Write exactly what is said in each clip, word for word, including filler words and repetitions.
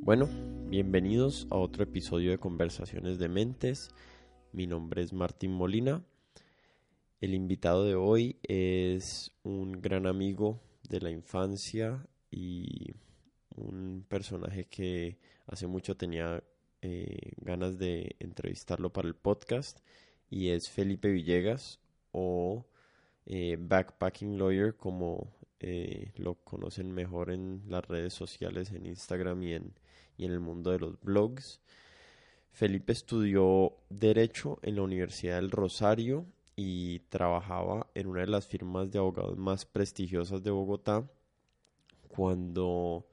Bueno, bienvenidos a otro episodio de Conversaciones de Mentes. Mi nombre es Martín Molina. El invitado de hoy es un gran amigo de la infancia y un personaje que hace mucho tenía eh, ganas de entrevistarlo para el podcast, y es Felipe Villegas, o eh, Backpacking Lawyer, como eh, lo conocen mejor en las redes sociales, en Instagram y en, y en el mundo de los blogs. Felipe estudió Derecho en la Universidad del Rosario y trabajaba en una de las firmas de abogados más prestigiosas de Bogotá cuando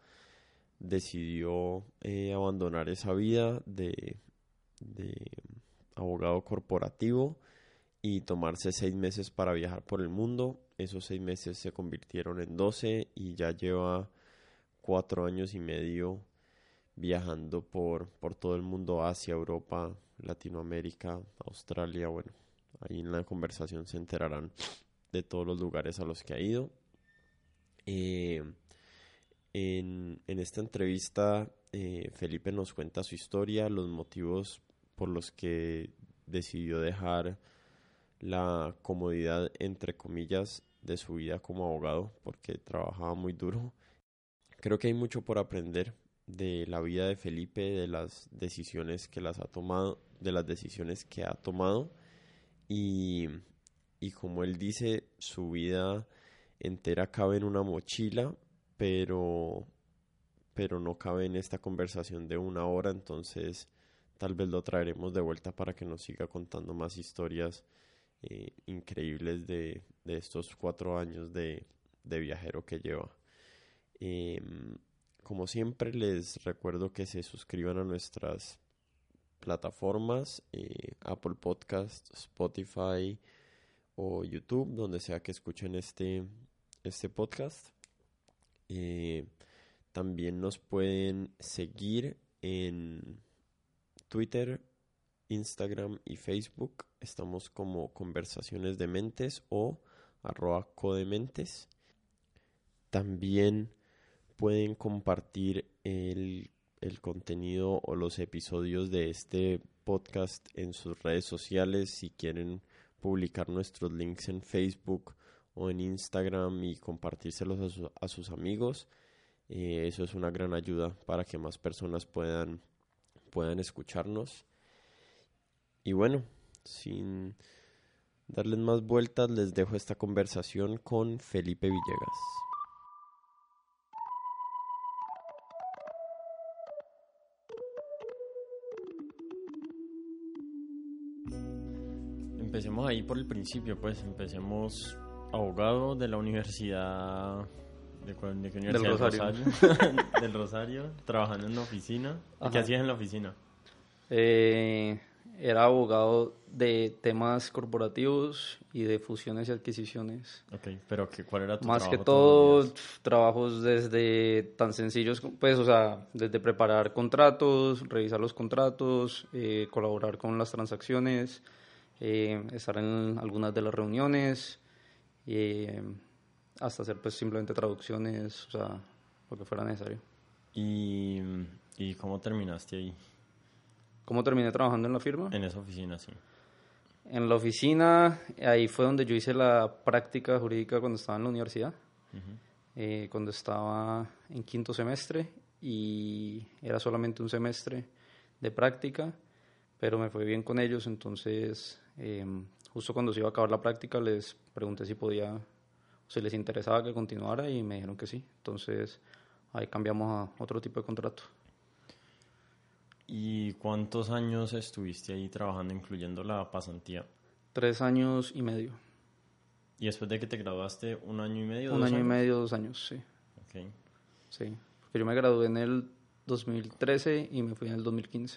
decidió eh, abandonar esa vida de, de abogado corporativo y tomarse seis meses para viajar por el mundo. Esos seis meses se convirtieron en doce y ya lleva cuatro años y medio viajando por, por todo el mundo: Asia, Europa, Latinoamérica, Australia. Bueno, ahí en la conversación se enterarán de todos los lugares a los que ha ido. Eh, en, en esta entrevista, eh, Felipe nos cuenta su historia, los motivos por los que decidió dejar la comodidad, entre comillas, de su vida como abogado, porque trabajaba muy duro. Creo que hay mucho por aprender de la vida de Felipe, de las decisiones que las ha tomado, de las decisiones que ha tomado, y, y como él dice, su vida entera cabe en una mochila, pero, pero no cabe en esta conversación de una hora. Entonces tal vez lo traeremos de vuelta para que nos siga contando más historias eh, increíbles de, de estos cuatro años de, de viajero que lleva. Eh, como siempre, les recuerdo que se suscriban a nuestras plataformas, eh, Apple Podcast, Spotify o YouTube, donde sea que escuchen este, este podcast. Eh, también nos pueden seguir en Twitter, Instagram y Facebook. Estamos como Conversaciones de Mentes o arroba codementes. También pueden compartir el, el contenido o los episodios de este podcast en sus redes sociales. Si quieren publicar nuestros links en Facebook o en Instagram y compartírselos a, su, a sus amigos, eh, eso es una gran ayuda para que más personas puedan, puedan escucharnos. Y bueno, sin darles más vueltas, les dejo esta conversación con Felipe Villegas. Empecemos ahí por el principio, pues empecemos abogado de la universidad, ¿de, cuál, de qué universidad? Del Rosario. Rosario. Del Rosario, trabajando en una oficina. Ajá. ¿Qué hacías en la oficina? Eh, era abogado de temas corporativos y de fusiones y adquisiciones. Ok, pero ¿qué, ¿cuál era tu Más trabajo? que todo, trabajos desde tan sencillos, pues, o sea, desde preparar contratos, revisar los contratos, eh, colaborar con las transacciones, eh, estar en algunas de las reuniones, eh, hasta hacer, pues, simplemente traducciones, o sea, lo que fuera necesario. ¿Y, y cómo terminaste ahí? ¿Cómo terminé trabajando en la firma? En esa oficina, sí. En la oficina, ahí fue donde yo hice la práctica jurídica cuando estaba en la universidad, uh-huh. eh, cuando estaba en quinto semestre, y era solamente un semestre de práctica, pero me fue bien con ellos. Entonces, eh, justo cuando se iba a acabar la práctica, les pregunté si podía, si les interesaba que continuara, y me dijeron que sí. Entonces, ahí cambiamos a otro tipo de contrato. ¿Y cuántos años estuviste ahí trabajando, incluyendo la pasantía? Tres años y medio. ¿Y después de que te graduaste, un año y medio? Un dos año años? y medio, dos años, sí. Ok. Sí, porque yo me gradué en el dos mil trece y me fui en el dos mil quince.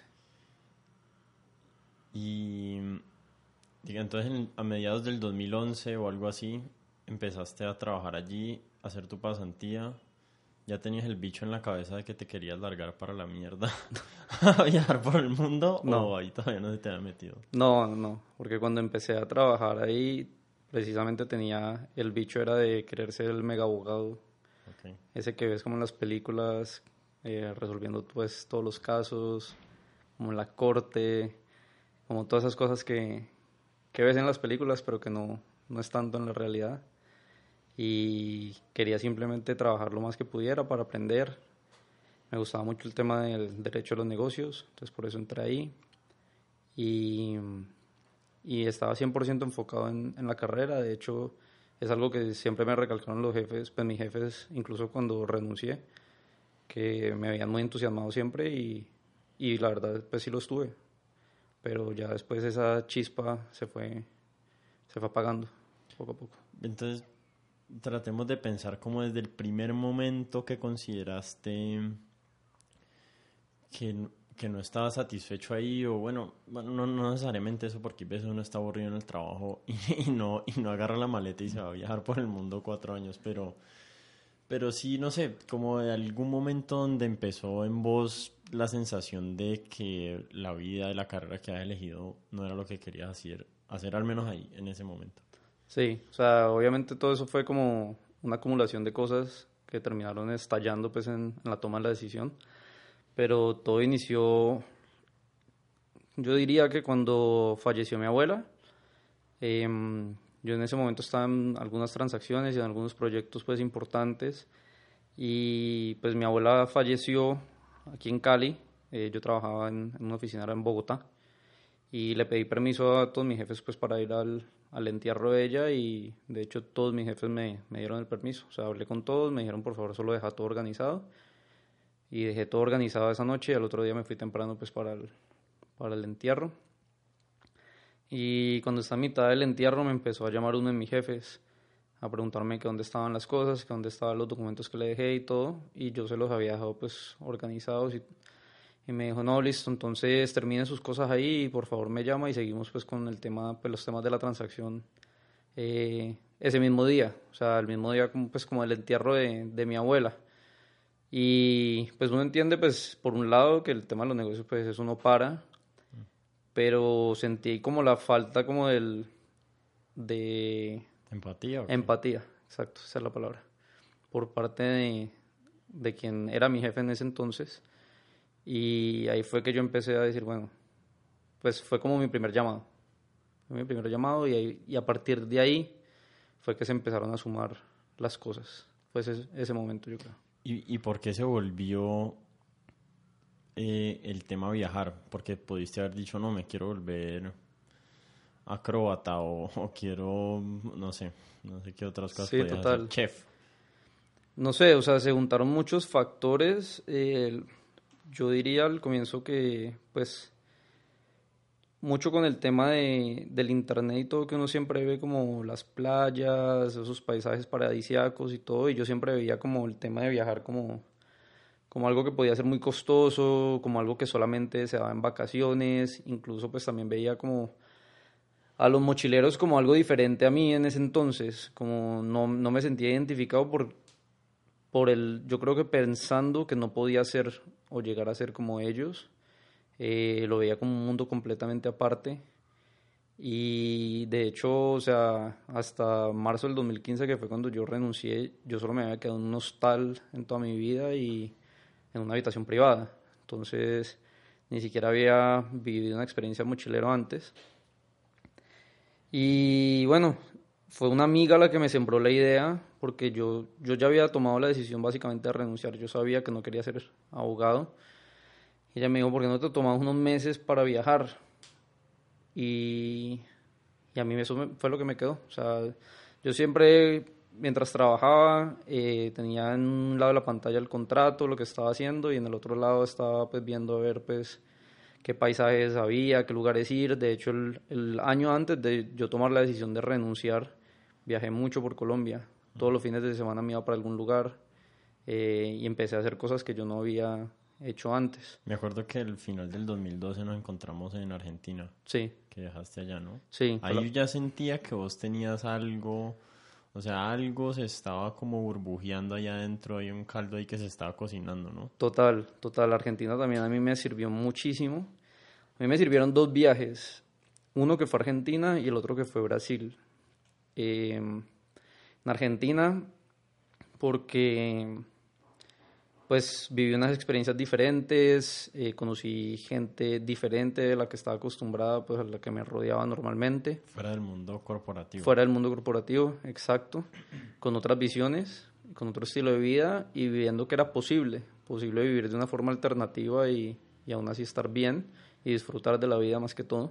Y diga, entonces en, a mediados del dos mil once o algo así, empezaste a trabajar allí, a hacer tu pasantía. ¿Ya tenías el bicho en la cabeza de que te querías largar para la mierda a viajar por el mundo? No. ¿O ahí todavía no se te había metido? No, no, porque cuando empecé a trabajar ahí, precisamente tenía, el bicho era de querer ser el mega abogado. Okay. Ese que ves como en las películas, eh, resolviendo pues todos los casos, como en la corte, como todas esas cosas que, que ves en las películas, pero que no, no es tanto en la realidad. Y quería simplemente trabajar lo más que pudiera para aprender. Me gustaba mucho el tema del derecho a los negocios, entonces por eso entré ahí. Y, y estaba cien por ciento enfocado en, en la carrera. De hecho, es algo que siempre me recalcaron los jefes, pues mis jefes, incluso cuando renuncié, que me habían muy entusiasmado siempre y, y la verdad, pues sí lo estuve. Pero ya después esa chispa se fue, se fue apagando poco a poco. Entonces, tratemos de pensar como desde el primer momento que consideraste que, que no estaba satisfecho ahí, o bueno, bueno no, no necesariamente eso, porque a veces uno está aburrido en el trabajo y, y, no, y no agarra la maleta y se va a viajar por el mundo cuatro años, pero, pero sí, no sé, como de algún momento donde empezó en vos la sensación de que la vida y la carrera que habías elegido no era lo que querías hacer, hacer al menos ahí, en ese momento. Sí, o sea, obviamente todo eso fue como una acumulación de cosas que terminaron estallando pues en, en la toma de la decisión, pero todo inició, yo diría que cuando falleció mi abuela, eh, yo en ese momento estaba en algunas transacciones y en algunos proyectos pues importantes y pues mi abuela falleció aquí en Cali, eh, yo trabajaba en, en una oficina en Bogotá y le pedí permiso a todos mis jefes pues para ir al, al entierro de ella y de hecho todos mis jefes me, me dieron el permiso, o sea, hablé con todos, me dijeron por favor solo deja todo organizado y dejé todo organizado esa noche y al otro día me fui temprano pues para el, para el entierro y cuando estaba a mitad del entierro me empezó a llamar uno de mis jefes a preguntarme que dónde estaban las cosas, que dónde estaban los documentos que le dejé y todo y yo se los había dejado pues organizados y Y me dijo, no, listo, entonces termine sus cosas ahí y por favor me llama y seguimos pues con el tema, pues los temas de la transacción eh, ese mismo día, o sea, el mismo día como, pues como el entierro de, de mi abuela. Y pues uno entiende pues por un lado que el tema de los negocios pues eso no para, pero sentí como la falta como del, de ¿Empatía o qué? empatía, exacto, esa es la palabra, por parte de, de quien era mi jefe en ese entonces. Y ahí fue que yo empecé a decir, bueno, pues fue como mi primer llamado. Fue mi primer llamado y, ahí, y a partir de ahí fue que se empezaron a sumar las cosas. Fue ese, ese momento, yo creo. ¿Y, y por qué se volvió eh, el tema viajar? Porque pudiste haber dicho, no, me quiero volver acróbata o, o quiero, no sé, no sé qué otras cosas Sí, podías total. hacer. Chef. No sé, o sea, se juntaron muchos factores. Eh, yo diría al comienzo que, pues, mucho con el tema de, del internet y todo, que uno siempre ve como las playas, esos paisajes paradisíacos y todo, y yo siempre veía como el tema de viajar como, como algo que podía ser muy costoso, como algo que solamente se daba en vacaciones, incluso pues también veía como a los mochileros como algo diferente a mí en ese entonces, como no, no me sentía identificado por, por el, yo creo que pensando que no podía ser o llegar a ser como ellos. Eh, lo veía como un mundo completamente aparte y de hecho, o sea, hasta marzo del dos mil quince, que fue cuando yo renuncié, yo solo me había quedado en un hostal en toda mi vida y en una habitación privada, entonces ni siquiera había vivido una experiencia mochilero antes y bueno, fue una amiga la que me sembró la idea porque yo, yo ya había tomado la decisión básicamente de renunciar, yo sabía que no quería ser abogado. Ella me dijo, ¿por qué no te tomas unos meses para viajar? Y, y a mí eso me, fue lo que me quedó. O sea, yo siempre, mientras trabajaba, eh, tenía en un lado de la pantalla el contrato, lo que estaba haciendo, y en el otro lado estaba pues viendo a ver pues qué paisajes había, qué lugares ir. De hecho, el, el año antes de yo tomar la decisión de renunciar, viajé mucho por Colombia. Todos los fines de semana me iba para algún lugar eh, y empecé a hacer cosas que yo no había hecho antes. Me acuerdo que al final del dos mil doce nos encontramos en Argentina. Sí. Que viajaste allá, ¿no? Sí. Ahí yo ya sentía que vos tenías algo, o sea, algo se estaba como burbujeando allá adentro, hay un caldo ahí que se estaba cocinando, ¿no? Total, total. Argentina también a mí me sirvió muchísimo. A mí me sirvieron dos viajes. Uno que fue Argentina y el otro que fue Brasil. Eh, en Argentina, porque pues viví unas experiencias diferentes, eh, conocí gente diferente de la que estaba acostumbrada, pues a la que me rodeaba normalmente. Fuera del mundo corporativo. Fuera del mundo corporativo, exacto, con otras visiones, con otro estilo de vida y viviendo que era posible, posible vivir de una forma alternativa y, y aún así estar bien y disfrutar de la vida más que todo.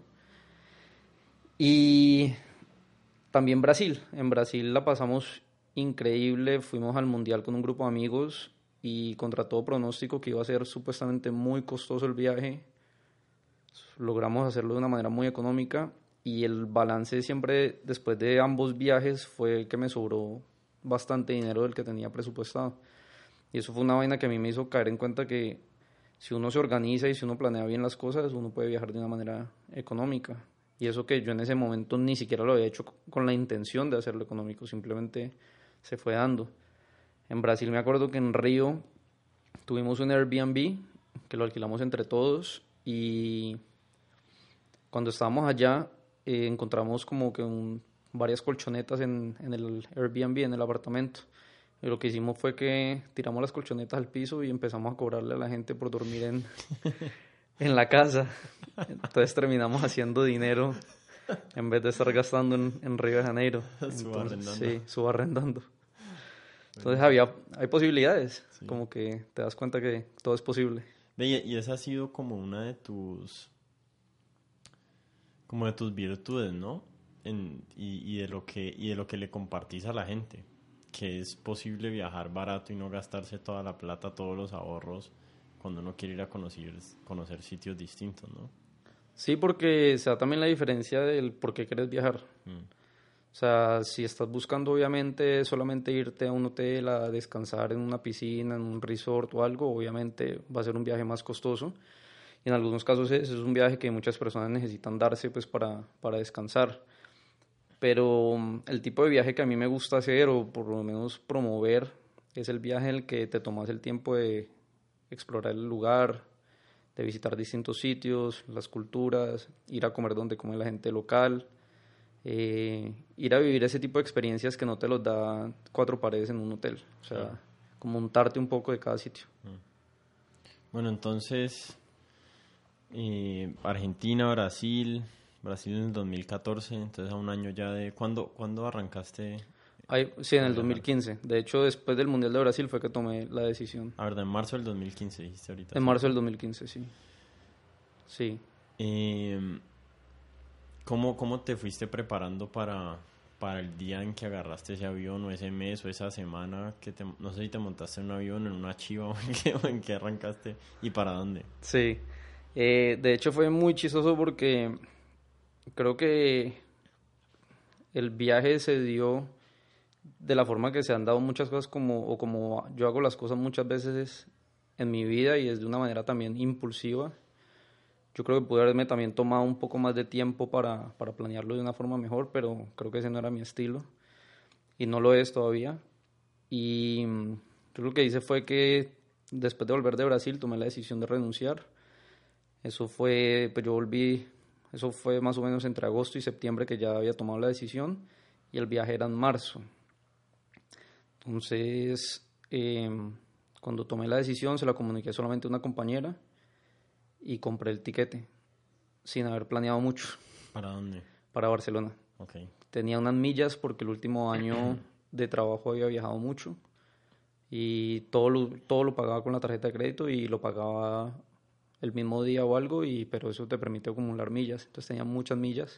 Y también Brasil, en Brasil la pasamos increíble, fuimos al mundial con un grupo de amigos y contra todo pronóstico que iba a ser supuestamente muy costoso el viaje, logramos hacerlo de una manera muy económica y el balance siempre después de ambos viajes fue que me sobró bastante dinero del que tenía presupuestado. Y eso fue una vaina que a mí me hizo caer en cuenta que si uno se organiza y si uno planea bien las cosas, uno puede viajar de una manera económica. Y eso que yo en ese momento ni siquiera lo había hecho con la intención de hacerlo económico, simplemente se fue dando. En Brasil me acuerdo que en Río tuvimos un Airbnb que lo alquilamos entre todos y cuando estábamos allá eh, encontramos como que un, varias colchonetas en, en el Airbnb, en el apartamento. Y lo que hicimos fue que tiramos las colchonetas al piso y empezamos a cobrarle a la gente por dormir en, en la casa. Entonces terminamos haciendo dinero en vez de estar gastando en, en Río de Janeiro. Subarrendando. Sí, subarrendando. Entonces había, hay posibilidades, Sí. como que te das cuenta que todo es posible. Ve, Y y esa ha sido como una de tus, como de tus virtudes, ¿no? En, y, y de lo que, y de lo que le compartís a la gente, que es posible viajar barato y no gastarse toda la plata, todos los ahorros, cuando uno quiere ir a conocer, conocer sitios distintos, ¿no? Sí, porque se da también la diferencia del por qué quieres viajar. Mm. O sea, si estás buscando obviamente solamente irte a un hotel a descansar en una piscina, en un resort o algo, obviamente va a ser un viaje más costoso. Y en algunos casos es, es un viaje que muchas personas necesitan darse pues para, para descansar. Pero um, el tipo de viaje que a mí me gusta hacer o por lo menos promover es el viaje en el que te tomas el tiempo de explorar el lugar, de visitar distintos sitios, las culturas, ir a comer donde come la gente local. Eh, ir a vivir ese tipo de experiencias que no te los da cuatro paredes en un hotel. O sea, Claro. como untarte un poco de cada sitio. Bueno, entonces, eh, Argentina, Brasil, Brasil en el dos mil catorce, entonces a un año ya de... ¿Cuándo, ¿cuándo arrancaste? Ahí, sí, en a el viajar? dos mil quince. De hecho, después del Mundial de Brasil fue que tomé la decisión. A ver, en marzo del dos mil quince dijiste ahorita. En ¿sí? marzo del dos mil quince, sí. Sí. Eh, ¿cómo, ¿Cómo te fuiste preparando para, para el día en que agarraste ese avión o ese mes o esa semana? Que te, no sé si te montaste en un avión, en una chiva o en qué, o en qué arrancaste y para dónde. Sí. Eh, de hecho, fue muy chistoso porque creo que el viaje se dio de la forma que se han dado muchas cosas como, o como yo hago las cosas muchas veces en mi vida y es de una manera también impulsiva. Yo creo que pude haberme también tomado un poco más de tiempo para, para planearlo de una forma mejor, pero creo que ese no era mi estilo y no lo es todavía. Y mm, yo lo que hice fue que después de volver de Brasil tomé la decisión de renunciar. Eso fue, pues yo volví, eso fue más o menos entre agosto y septiembre que ya había tomado la decisión y el viaje era en marzo. Entonces, eh, cuando tomé la decisión se la comuniqué solamente a una compañera y compré el tiquete sin haber planeado mucho ¿Para dónde? para Barcelona. Ok. Tenía unas millas porque el último año de trabajo había viajado mucho y todo lo, todo lo pagaba con la tarjeta de crédito y lo pagaba el mismo día o algo, y, pero eso te permite acumular millas. Entonces tenía muchas millas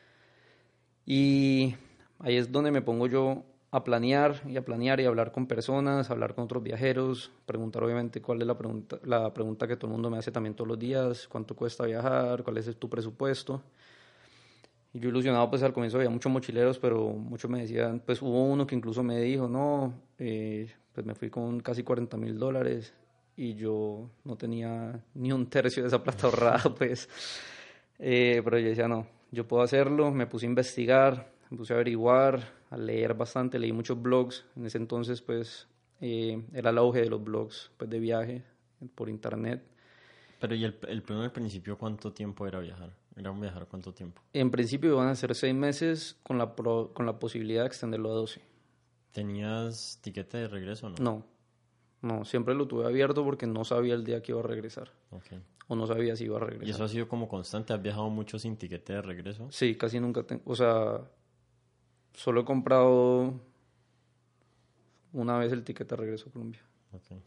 y ahí es donde me pongo yo a planear y a planear y a hablar con personas, hablar con otros viajeros, preguntar obviamente cuál es la pregunta, la pregunta que todo el mundo me hace también todos los días: ¿cuánto cuesta viajar? ¿Cuál es tu presupuesto? Y yo ilusionado, pues al comienzo había muchos mochileros, pero muchos me decían, pues hubo uno que incluso me dijo, no, eh, pues me fui con casi cuarenta mil dólares y yo no tenía ni un tercio de esa plata ahorrada, pues. Eh, pero yo decía, no, yo puedo hacerlo. Me puse a investigar, me puse a averiguar, a leer bastante, leí muchos blogs. En ese entonces, pues, eh, era el auge de los blogs, pues, de viaje por internet. Pero ¿y el, el plan al principio cuánto tiempo era viajar? ¿Era un viajar cuánto tiempo? En principio iban a ser seis meses con la, pro, con la posibilidad de extenderlo a doce. ¿Tenías tiquete de regreso o no? No, No, siempre lo tuve abierto porque no sabía el día que iba a regresar. Okay. O no sabía si iba a regresar. ¿Y eso ha sido como constante? ¿Has viajado mucho sin tiquete de regreso? Sí, casi nunca tengo, o sea, solo he comprado una vez el tiquete de regreso a Colombia. Okay.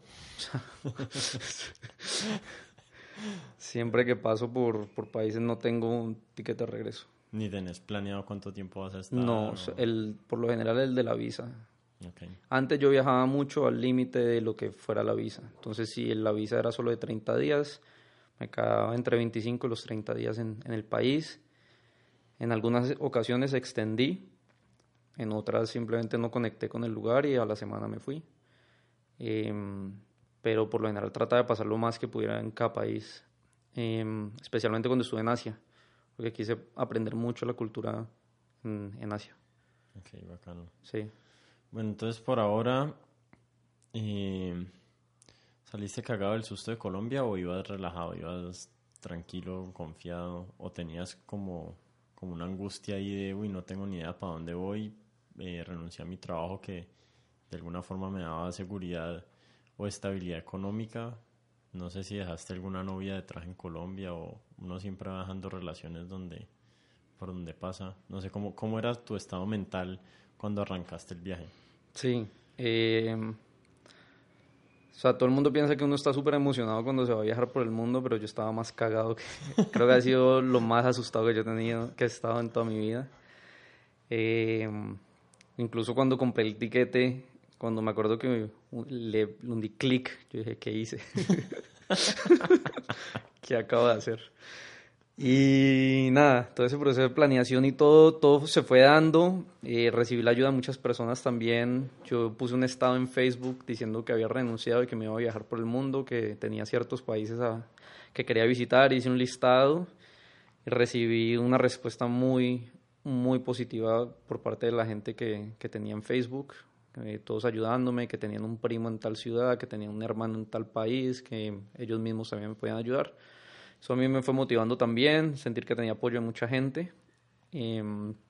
Siempre que paso por, por países no tengo un tiquete de regreso. ¿Ni tenés planeado cuánto tiempo vas a estar? No, o... el, por lo general el de la visa. Okay. Antes yo viajaba mucho al límite de lo que fuera la visa. Entonces, si la visa era solo de treinta días, me quedaba entre veinticinco y los treinta días en, en el país. En algunas ocasiones extendí, en otras simplemente no conecté con el lugar y a la semana me fui. Eh, pero por lo general trataba de pasar lo más que pudiera en cada país, eh, especialmente cuando estuve en Asia, porque quise aprender mucho la cultura en, en Asia. Ok, bacano. Sí. Bueno, entonces por ahora, eh, ¿saliste cagado del susto de Colombia o ibas relajado, ibas tranquilo, confiado, o tenías como, como una angustia ahí de, uy, no tengo ni idea para dónde voy, eh, renuncié a mi trabajo que de alguna forma me daba seguridad o estabilidad económica? No sé si dejaste alguna novia detrás en Colombia o uno siempre va dejando relaciones donde, por donde pasa. No sé, ¿cómo, cómo era tu estado mental cuando arrancaste el viaje? Sí. Eh, o sea, todo el mundo piensa que uno está súper emocionado cuando se va a viajar por el mundo, pero yo estaba más cagado que... Creo que ha sido lo más asustado que yo he tenido, que he estado en toda mi vida. Eh, incluso cuando compré el tiquete, cuando me acuerdo que le, le di clic, yo dije, ¿qué hice? ¿Qué acabo de hacer? Y nada, todo ese proceso de planeación y todo, todo se fue dando. Eh, recibí la ayuda de muchas personas también. Yo puse un estado en Facebook diciendo que había renunciado y que me iba a viajar por el mundo, que tenía ciertos países a, que quería visitar. Hice un listado y recibí una respuesta muy, muy positiva por parte de la gente que, que tenía en Facebook. Eh, todos ayudándome, que tenían un primo en tal ciudad, que tenían un hermano en tal país, que ellos mismos también me podían ayudar. Eso a mí me fue motivando también, sentir que tenía apoyo de mucha gente. Eh,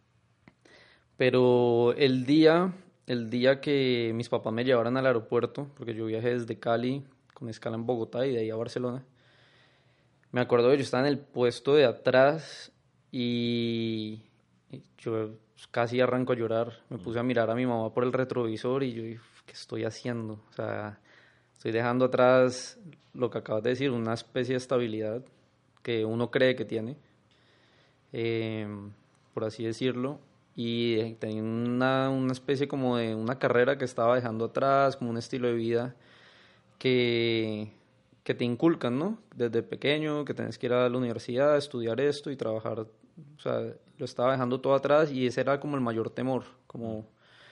pero el día, el día que mis papás me llevaron al aeropuerto, porque yo viajé desde Cali con escala en Bogotá y de ahí a Barcelona, me acuerdo que yo estaba en el puesto de atrás y yo casi arranco a llorar. Me puse a mirar a mi mamá por el retrovisor y yo, ¿qué estoy haciendo? O sea, estoy dejando atrás lo que acabas de decir, una especie de estabilidad que uno cree que tiene, eh, por así decirlo, y tenía una, una especie como de una carrera que estaba dejando atrás, como un estilo de vida que, que te inculcan, ¿no? Desde pequeño, que tenés que ir a la universidad, estudiar esto y trabajar, o sea, lo estaba dejando todo atrás y ese era como el mayor temor, como...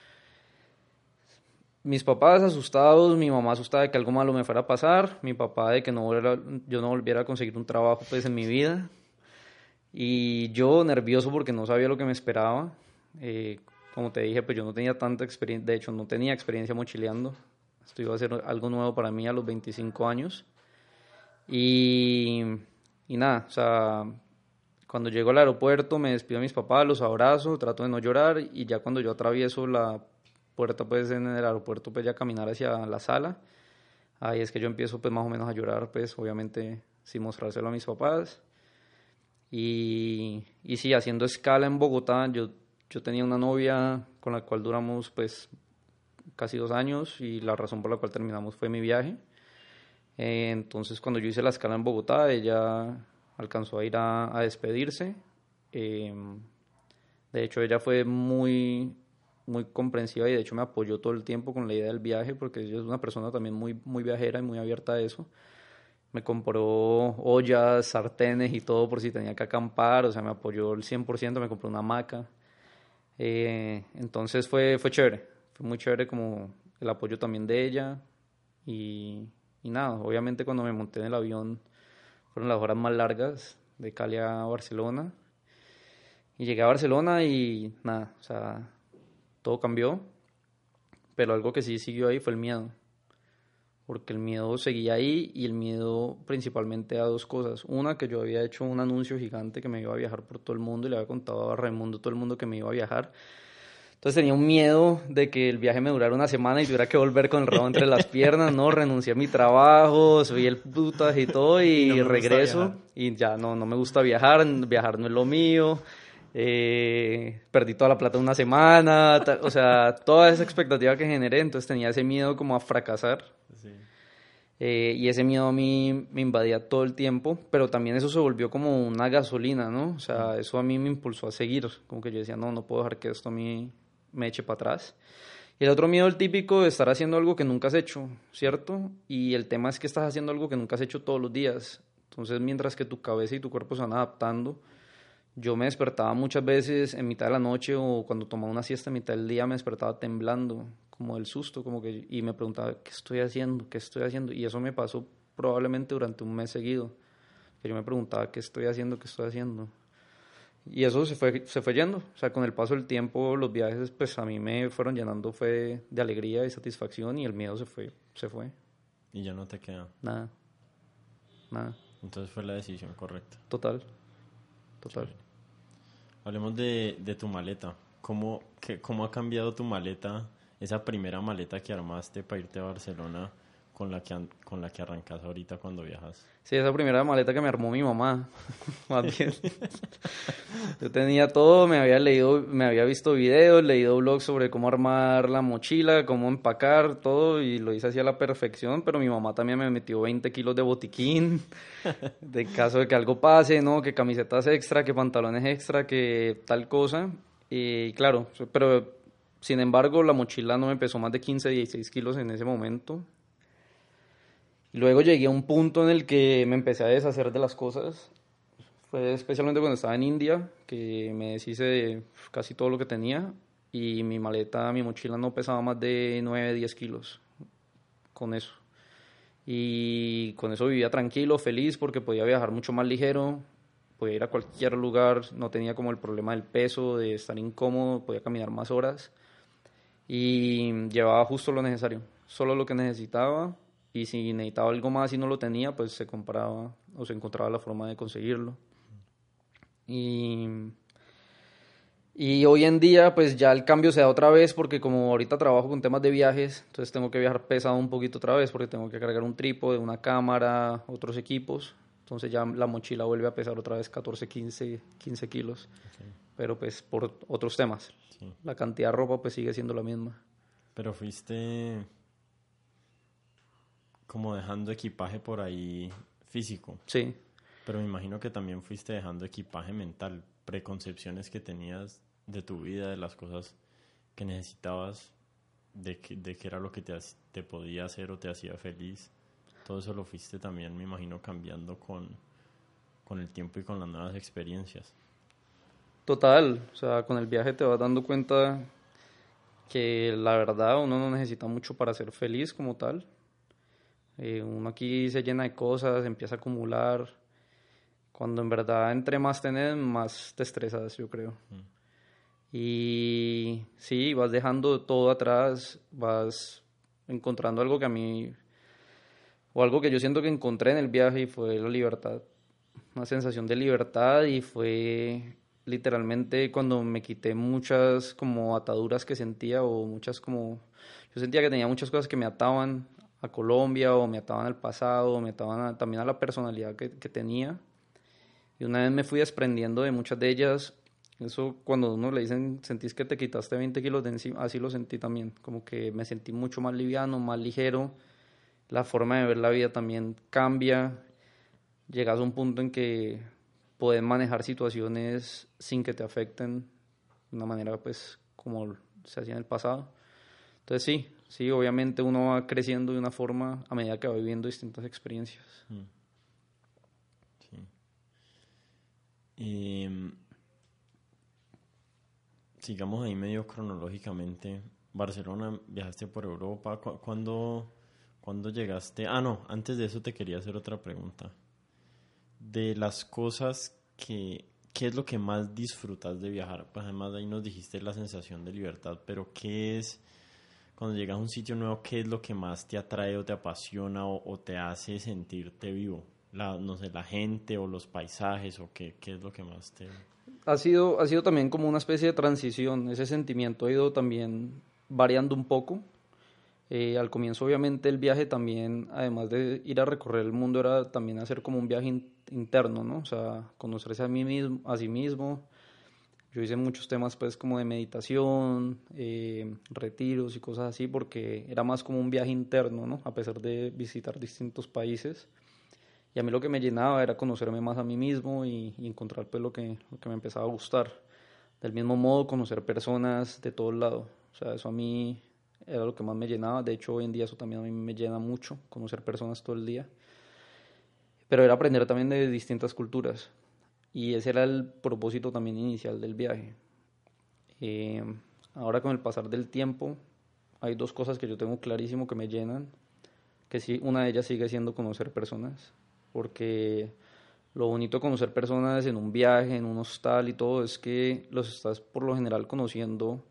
Mis papás asustados, mi mamá asustada de que algo malo me fuera a pasar, mi papá de que no volviera, yo no volviera a conseguir un trabajo pues en mi vida, y yo nervioso porque no sabía lo que me esperaba. Eh, como te dije, pues yo no tenía tanta experiencia, de hecho no tenía experiencia mochileando, esto iba a ser algo nuevo para mí a los veinticinco años, y, y nada, o sea, cuando llego al aeropuerto me despido de mis papás, los abrazo, trato de no llorar, y ya cuando yo atravieso la puerta pues en el aeropuerto, pues ya caminar hacia la sala, ahí es que yo empiezo pues más o menos a llorar, pues obviamente sin mostrárselo a mis papás. Y, y sí, haciendo escala en Bogotá, yo, yo tenía una novia con la cual duramos pues casi dos años y la razón por la cual terminamos fue mi viaje. Eh, entonces cuando yo hice la escala en Bogotá, ella alcanzó a ir a, a despedirse. Eh, de hecho, ella fue muy... muy comprensiva y de hecho me apoyó todo el tiempo con la idea del viaje porque ella es una persona también muy, muy viajera y muy abierta a eso. Me compró ollas, sartenes y todo por si tenía que acampar, o sea, me apoyó el cien por ciento, me compró una hamaca. Eh, entonces fue, fue chévere, fue muy chévere como el apoyo también de ella y, y nada, obviamente cuando me monté en el avión fueron las horas más largas de Cali a Barcelona y llegué a Barcelona y nada, o sea... todo cambió, pero algo que sí siguió ahí fue el miedo, porque el miedo seguía ahí y el miedo principalmente a dos cosas. Una, que yo había hecho un anuncio gigante que me iba a viajar por todo el mundo y le había contado a Raimundo, todo el mundo que me iba a viajar. Entonces tenía un miedo de que el viaje me durara una semana y tuviera que volver con el rabo entre las piernas, ¿no? Renuncié a mi trabajo, soy el putas y todo, y, Y no me gusta regreso viajar. y ya no, no me gusta viajar, viajar no es lo mío. Eh, perdí toda la plata en una semana, ta- o sea, toda esa expectativa que generé, entonces tenía ese miedo como a fracasar. Sí. Eh, y ese miedo a mí me invadía todo el tiempo, pero también eso se volvió como una gasolina, ¿no? O sea, eso a mí me impulsó a seguir, como que yo decía, no, no puedo dejar que esto a mí me eche para atrás. Y el otro miedo, el típico de estar haciendo algo que nunca has hecho, ¿cierto? Y el tema es que estás haciendo algo que nunca has hecho todos los días. Entonces, mientras que tu cabeza y tu cuerpo se van adaptando, yo me despertaba muchas veces en mitad de la noche o cuando tomaba una siesta en mitad del día me despertaba temblando, como del susto, como que, y me preguntaba, ¿qué estoy haciendo? ¿Qué estoy haciendo? Y eso me pasó probablemente durante un mes seguido, que yo me preguntaba, ¿qué estoy haciendo? ¿Qué estoy haciendo? Y eso se fue, se fue yendo, o sea, con el paso del tiempo los viajes pues a mí me fueron llenando fue de alegría y satisfacción y el miedo se fue, se fue, Y ya no te queda. nada, nada, Entonces fue la decisión correcta. total, total. Chévere. Hablemos de, de tu maleta. ¿Cómo, qué- ¿Cómo ha cambiado tu maleta, esa primera maleta que armaste para irte a Barcelona con la que, an- con la que arrancas ahorita cuando viajas? Sí, esa primera maleta que me armó mi mamá, más bien. Yo tenía todo, me había leído, me había visto videos, leído blogs sobre cómo armar la mochila, cómo empacar, todo, y lo hice así a la perfección, pero mi mamá también me metió veinte kilos de botiquín, de caso de que algo pase, ¿no? Que camisetas extra, que pantalones extra, que tal cosa. Y claro, pero sin embargo la mochila no me pesó más de quince, dieciséis kilos en ese momento. Y luego llegué a un punto en el que me empecé a deshacer de las cosas. Fue especialmente cuando estaba en India, que me deshice de casi todo lo que tenía y mi maleta, mi mochila no pesaba más de nueve, diez kilos con eso. Y con eso vivía tranquilo, feliz, porque podía viajar mucho más ligero, podía ir a cualquier lugar, no tenía como el problema del peso, de estar incómodo, podía caminar más horas y llevaba justo lo necesario, solo lo que necesitaba, y si necesitaba algo más y no lo tenía, pues se compraba o se encontraba la forma de conseguirlo. Y, y hoy en día pues ya el cambio se da otra vez porque como ahorita trabajo con temas de viajes, entonces tengo que viajar pesado un poquito otra vez porque tengo que cargar un trípode, una cámara, otros equipos. Entonces ya la mochila vuelve a pesar otra vez catorce, quince, quince kilos, Okay. pero pues por otros temas. Sí. La cantidad de ropa pues sigue siendo la misma. Pero fuiste como dejando equipaje por ahí físico. Sí, Pero me imagino que también fuiste dejando equipaje mental, preconcepciones que tenías de tu vida, de las cosas que necesitabas, de que, de qué era lo que te, hac- te podía hacer o te hacía feliz. Todo eso lo fuiste también, me imagino, cambiando con, con el tiempo y con las nuevas experiencias. total. O sea, con el viaje te vas dando cuenta que la verdad uno no necesita mucho para ser feliz como tal. Eh, uno aquí se llena de cosas, empieza a acumular. Cuando en verdad entre más tenés, más te estresas, yo creo. Y sí, vas dejando todo atrás, vas encontrando algo que a mí, o algo que yo siento que encontré en el viaje y fue la libertad. Una sensación de libertad y fue literalmente cuando me quité muchas como ataduras que sentía o muchas como... Yo sentía que tenía muchas cosas que me ataban a Colombia o me ataban al pasado o me ataban a- también a la personalidad que, que tenía. Y una vez me fui desprendiendo de muchas de ellas. Eso cuando uno le dicen, sentís que te quitaste veinte kilos de encima, así lo sentí también. Como que me sentí mucho más liviano, más ligero. La forma de ver la vida también cambia. Llegas a un punto en que puedes manejar situaciones sin que te afecten de una manera pues como se hacía en el pasado. Entonces sí, sí, obviamente uno va creciendo de una forma a medida que va viviendo distintas experiencias. Mm, sí. Y mm, sigamos ahí medio cronológicamente. Barcelona, viajaste por Europa. ¿Cu- ¿Cuándo, cuándo llegaste? Ah, no, antes de eso te quería hacer otra pregunta. De las cosas que, ¿qué es lo que más disfrutas de viajar? Pues además ahí nos dijiste la sensación de libertad, pero ¿qué es, cuando llegas a un sitio nuevo, qué es lo que más te atrae o te apasiona o, o te hace sentirte vivo? La, no sé, la gente o los paisajes o qué, qué es lo que más te... ha sido, ha sido también como una especie de transición. Ese sentimiento ha ido también variando un poco. Eh, al comienzo, obviamente, el viaje también, además de ir a recorrer el mundo, era también hacer como un viaje in- interno, ¿no? O sea, conocerse a mí mismo, a sí mismo. Yo hice muchos temas, pues, como de meditación, eh, retiros y cosas así, porque era más como un viaje interno, ¿no? A pesar de visitar distintos países. Y a mí lo que me llenaba era conocerme más a mí mismo y, y encontrar, pues, lo que, lo que me empezaba a gustar. Del mismo modo, conocer personas de todos lados. O sea, eso a mí era lo que más me llenaba. De hecho, hoy en día eso también a mí me llena mucho, conocer personas todo el día. Pero era aprender también de distintas culturas. Y ese era el propósito también inicial del viaje. Eh, Ahora con el pasar del tiempo, hay dos cosas que yo tengo clarísimo que me llenan. Que sí, una de ellas sigue siendo conocer personas. Porque lo bonito de conocer personas en un viaje, en un hostal y todo, es que los estás por lo general conociendo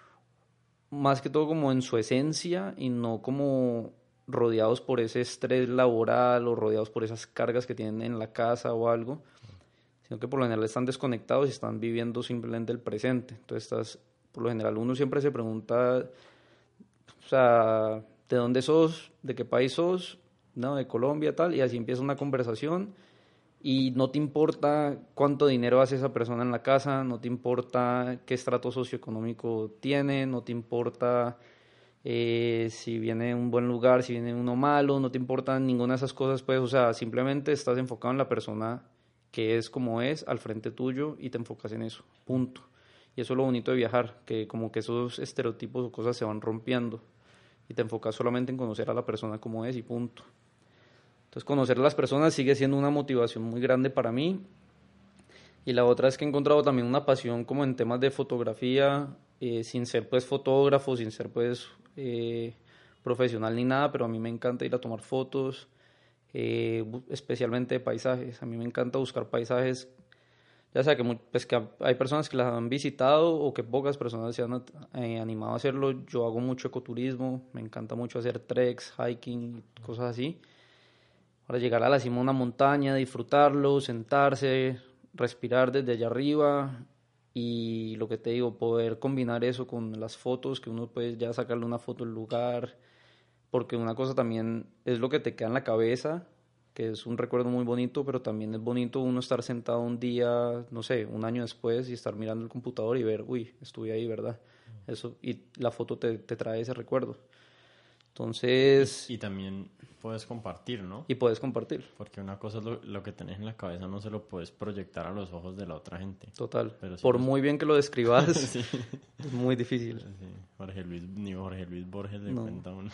más que todo como en su esencia y no como rodeados por ese estrés laboral o rodeados por esas cargas que tienen en la casa o algo, sino que por lo general están desconectados y están viviendo simplemente el presente. Entonces estás, por lo general uno siempre se pregunta, o sea, ¿de dónde sos? ¿De qué país sos? No, de Colombia, tal, y así empieza una conversación y no te importa cuánto dinero hace esa persona en la casa, no te importa qué estrato socioeconómico tiene, no te importa eh, si viene de un buen lugar, si viene de uno malo, no te importa ninguna de esas cosas, pues, o sea, simplemente estás enfocado en la persona que es como es al frente tuyo y te enfocas en eso, punto. Y eso es lo bonito de viajar, que como que esos estereotipos o cosas se van rompiendo y te enfocas solamente en conocer a la persona como es y punto. Entonces, conocer a las personas sigue siendo una motivación muy grande para mí. Y la otra es que he encontrado también una pasión como en temas de fotografía, eh, sin ser pues fotógrafo, sin ser pues eh, profesional ni nada, pero a mí me encanta ir a tomar fotos, eh, bu- especialmente de paisajes. A mí me encanta buscar paisajes, ya sea que, mu- pues, que hay personas que las han visitado o que pocas personas se han at- eh, animado a hacerlo. Yo hago mucho ecoturismo, me encanta mucho hacer treks, hiking, cosas así para llegar a la cima de una montaña, disfrutarlo, sentarse, respirar desde allá arriba y lo que te digo, poder combinar eso con las fotos, que uno puede ya sacarle una foto del lugar, porque una cosa también es lo que te queda en la cabeza, que es un recuerdo muy bonito, pero también es bonito uno estar sentado un día, no sé, un año después y estar mirando el computador y ver, uy, estuve ahí, ¿verdad? Eso, y la foto te, te trae ese recuerdo. Y, Entonces, y también puedes compartir, ¿no? y puedes compartir. Porque una cosa es lo, lo que tenés en la cabeza, no se lo puedes proyectar a los ojos de la otra gente. Total. Pero sí Por los- muy bien que lo describas, Sí. es muy difícil. Sí, Jorge Luis, ni Jorge Luis Borges le No. cuenta a uno.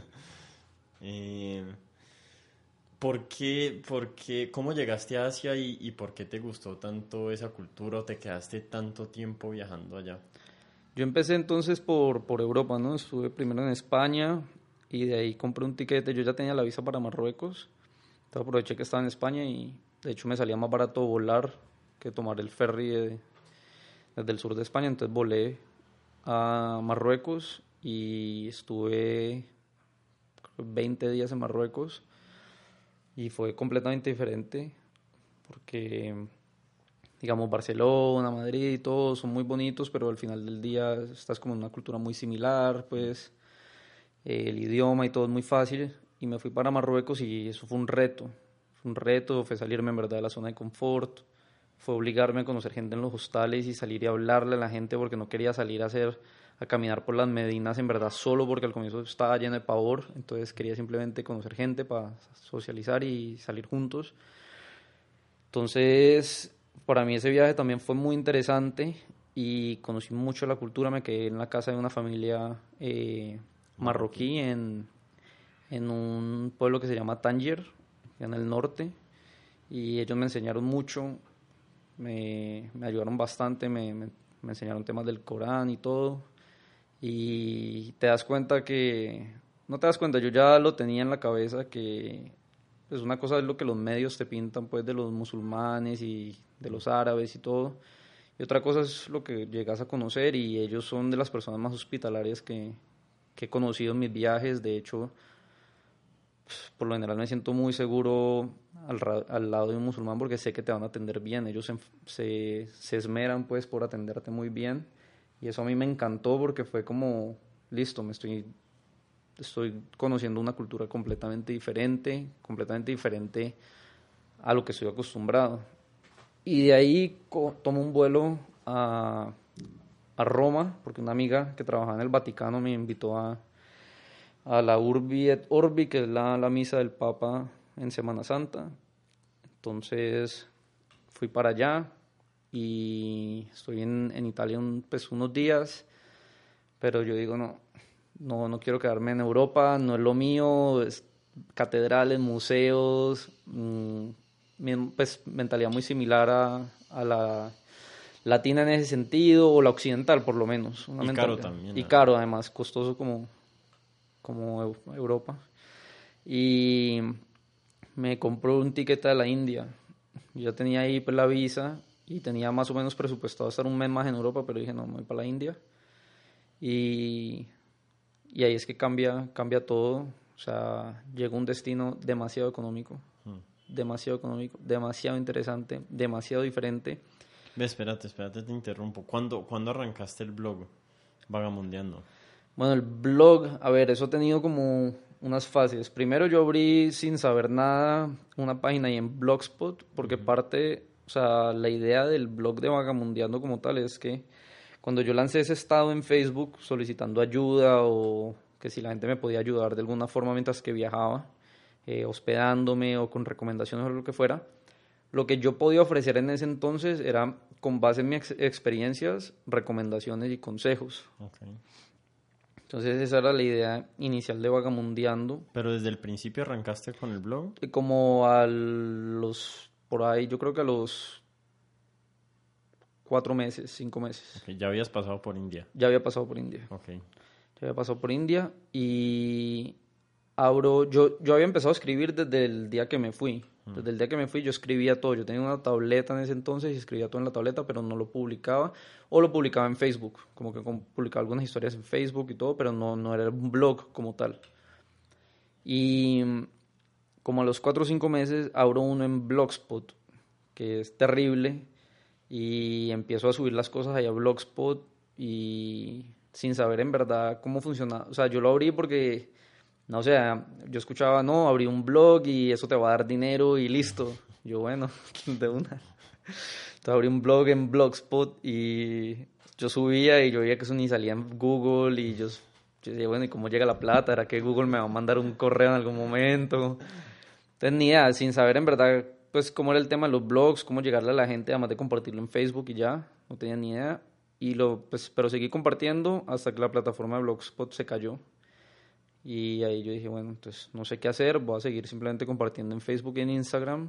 Eh, ¿por qué, por qué- cómo llegaste a Asia y, y por qué te gustó tanto esa cultura o te quedaste tanto tiempo viajando allá? Yo empecé entonces por, por Europa, ¿no? Estuve primero en España y de ahí compré un tiquete. Yo ya tenía la visa para Marruecos. Entonces aproveché que estaba en España y de hecho me salía más barato volar que tomar el ferry de- desde el sur de España. Entonces volé a Marruecos y estuve creo, veinte días en Marruecos y fue completamente diferente porque digamos, Barcelona, Madrid y todo son muy bonitos, pero al final del día estás como en una cultura muy similar, pues eh, el idioma y todo es muy fácil. Y me fui para Marruecos y eso fue un reto. Fue un reto, fue salirme en verdad de la zona de confort, fue obligarme a conocer gente en los hostales y salir y hablarle a la gente porque no quería salir a hacer, a caminar por las Medinas en verdad solo porque al comienzo estaba lleno de pavor, entonces quería simplemente conocer gente para socializar y salir juntos. Entonces, para mí ese viaje también fue muy interesante y conocí mucho la cultura. Me quedé en la casa de una familia eh, marroquí en, en un pueblo que se llama Tánger, en el norte, y ellos me enseñaron mucho, me, me ayudaron bastante, me, me, me enseñaron temas del Corán y todo. Y te das cuenta que, no te das cuenta, yo ya lo tenía en la cabeza que pues una cosa es lo que los medios te pintan pues de los musulmanes y de los árabes y todo, y otra cosa es lo que llegas a conocer y ellos son de las personas más hospitalarias que, que he conocido en mis viajes. De hecho, por lo general me siento muy seguro al, ra- al lado de un musulmán porque sé que te van a atender bien. Ellos se, se, se esmeran pues por atenderte muy bien. Y eso a mí me encantó porque fue como, listo, me estoy, estoy conociendo una cultura completamente diferente, completamente diferente a lo que estoy acostumbrado. Y de ahí co- tomo un vuelo a, a Roma porque una amiga que trabajaba en el Vaticano me invitó a a la Urbi et Orbi, que es la, la misa del Papa en Semana Santa. Entonces fui para allá y estoy en, en Italia un, pues, unos días, pero yo digo, no, no, no quiero quedarme en Europa, no es lo mío, es catedrales, museos, mmm, pues mentalidad muy similar a, a la latina en ese sentido, o la occidental por lo menos. Una y caro mentalidad. también. Y ¿no? caro además, costoso como como Europa. Y me compró un ticket a la India. Yo ya tenía ahí pues la visa y tenía más o menos presupuestado estar un mes más en Europa, pero dije, no, me voy para la India. Y, y ahí es que cambia, cambia todo. O sea, llegó un destino demasiado económico, hmm. demasiado económico, demasiado interesante, demasiado diferente. Ve, espérate, espérate, te interrumpo. ¿Cuándo, ¿cuándo arrancaste el blog Vagamundeando? Bueno, el blog, a ver, eso ha tenido como unas fases. Primero yo abrí sin saber nada una página ahí en Blogspot, porque uh-huh. parte, o sea, la idea del blog de Vagamundeando como tal es que cuando yo lancé ese estado en Facebook solicitando ayuda o que si la gente me podía ayudar de alguna forma mientras que viajaba, eh, hospedándome o con recomendaciones o lo que fuera, lo que yo podía ofrecer en ese entonces era, con base en mis ex- experiencias, recomendaciones y consejos. Okay. Entonces esa era la idea inicial de Vagamundeando. ¿Pero desde el principio arrancaste con el blog? Como a los, por ahí, yo creo que a los cuatro meses, cinco meses. Okay, ya habías pasado por India. Ya había pasado por India. Okay. Ya había pasado por India y abro, yo, yo había empezado a escribir desde el día que me fui. Mm. Desde el día que me fui yo escribía todo. Yo tenía una tableta en ese entonces y escribía todo en la tableta, pero no lo publicaba. O lo publicaba en Facebook, como que publicaba algunas historias en Facebook y todo, pero no, no era un blog como tal. Y como a los cuatro o cinco meses abro uno en Blogspot, que es terrible, y empiezo a subir las cosas allá a Blogspot y sin saber en verdad cómo funcionaba. O sea, yo lo abrí porque, no sé, yo escuchaba, no, abrí un blog y eso te va a dar dinero y listo. Yo, bueno, de una. Entonces abrí un blog en Blogspot y yo subía y yo veía que eso ni salía en Google y yo, yo decía, bueno, ¿y cómo llega la plata? ¿Era que Google me va a mandar un correo en algún momento? Entonces ni idea, sin saber en verdad pues cómo era el tema de los blogs, cómo llegarle a la gente, además de compartirlo en Facebook y ya, no tenía ni idea. Y lo, pues, pero seguí compartiendo hasta que la plataforma de Blogspot se cayó. Y ahí yo dije, bueno, entonces no sé qué hacer, voy a seguir simplemente compartiendo en Facebook y en Instagram.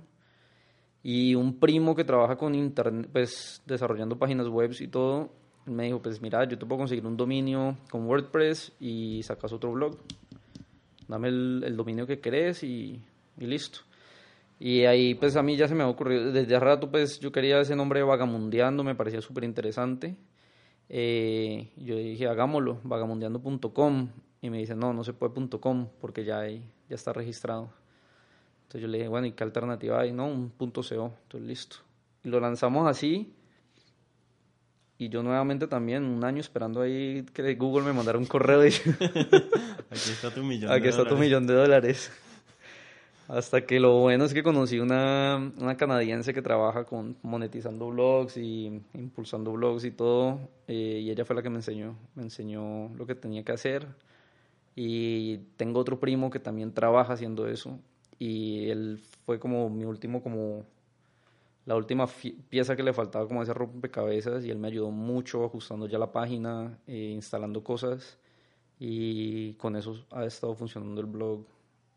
Y un primo que trabaja con internet, pues desarrollando páginas web y todo, me dijo, pues mira, yo te puedo conseguir un dominio con WordPress y sacas otro blog. Dame el, el dominio que querés y, y listo. Y ahí pues a mí ya se me ha ocurrido, desde hace rato pues yo quería ese nombre de Vagamundeando, me parecía súper interesante. Eh, yo dije, hagámoslo, vagamundeando punto com. Y me dice, no, no se puede .com porque ya, hay, ya está registrado. Entonces yo le dije, bueno, ¿y qué alternativa hay? No, un .co. Entonces listo. Y lo lanzamos así. Y yo nuevamente también, un año esperando ahí que Google me mandara un correo. Y aquí está tu millón de aquí está dólares. tu millón de dólares. Hasta que lo bueno es que conocí una, una canadiense que trabaja con monetizando blogs y impulsando blogs y todo. Eh, y ella fue la que me enseñó. Me enseñó lo que tenía que hacer. Y tengo otro primo que también trabaja haciendo eso. Y él fue como mi último, como la última fi- pieza que le faltaba como ese rompecabezas. Y él me ayudó mucho ajustando ya la página, eh, instalando cosas. Y con eso ha estado funcionando el blog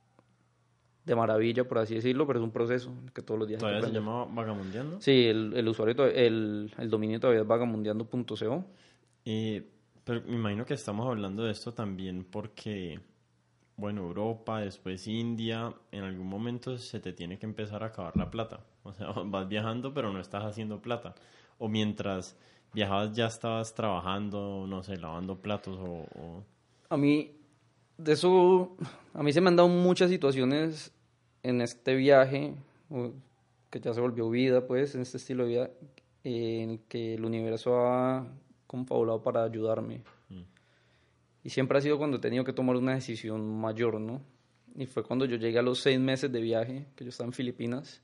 de maravilla, por así decirlo, pero es un proceso que todos los días... ¿Todavía se llama Vagamundeando? Sí, el, el usuario, to- el, el dominio todavía es vagamundeando punto co. Eh, pero me imagino que estamos hablando de esto también porque, bueno, Europa, después India, en algún momento se te tiene que empezar a acabar la plata. O sea, vas viajando pero no estás haciendo plata. O mientras viajabas ya estabas trabajando, no sé, lavando platos o... o... A mí, de eso, a mí se me han dado muchas situaciones en este viaje, que ya se volvió vida, pues, en este estilo de vida, en el que el universo ha confabulado para ayudarme. Mm. Y siempre ha sido cuando he tenido que tomar una decisión mayor, ¿no? Y fue cuando yo llegué a los seis meses de viaje, que yo estaba en Filipinas,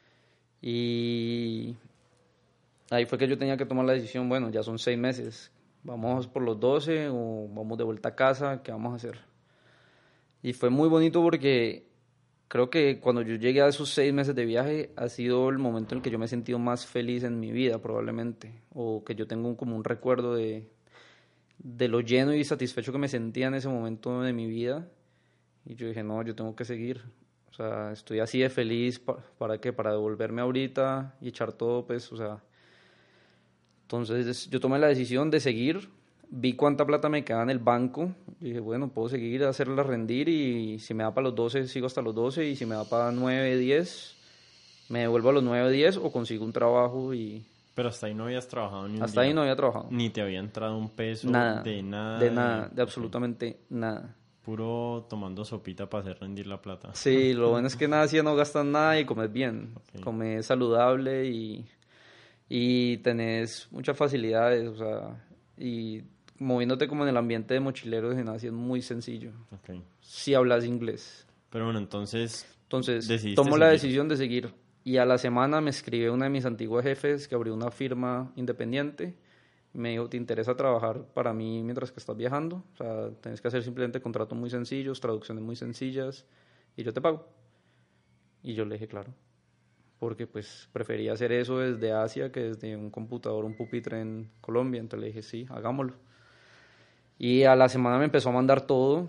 y ahí fue que yo tenía que tomar la decisión, bueno, ya son seis meses, ¿vamos por los doce o vamos de vuelta a casa? ¿Qué vamos a hacer? Y fue muy bonito porque creo que cuando yo llegué a esos seis meses de viaje ha sido el momento en el que yo me he sentido más feliz en mi vida, probablemente, o que yo tengo un, como un recuerdo de, de lo lleno y satisfecho que me sentía en ese momento de mi vida. Y yo dije, no, yo tengo que seguir. O sea, estoy así de feliz, ¿para, para qué? Para devolverme ahorita y echar todo, pues, o sea. Entonces yo tomé la decisión de seguir, vi cuánta plata me quedaba en el banco, y dije, bueno, puedo seguir, hacerla rendir, y si me da para los doce, sigo hasta los doce, y si me da para nueve, diez, me devuelvo a los nueve, diez, o consigo un trabajo y... Pero hasta ahí no habías trabajado ni un Hasta día. ahí no había trabajado. Ni te había entrado un peso nada, de nada. De nada, de absolutamente okay. nada. Puro tomando sopita para hacer rendir la plata. Sí, lo bueno es que en Asia no gastas nada y comes bien. Okay. Comes saludable y, y tenés muchas facilidades, o sea, y moviéndote como en el ambiente de mochileros en Asia es muy sencillo. Okay. Si hablas inglés. Pero bueno, entonces... Entonces, tomo la decisión de seguir. Y a la semana me escribe una de mis antiguos jefes que abrió una firma independiente. Me dijo, ¿te interesa trabajar para mí mientras que estás viajando? O sea, tienes que hacer simplemente contratos muy sencillos, traducciones muy sencillas, y yo te pago. Y yo le dije, claro. Porque pues prefería hacer eso desde Asia que desde un computador, un pupitre en Colombia. Entonces le dije, sí, hagámoslo. Y a la semana me empezó a mandar todo.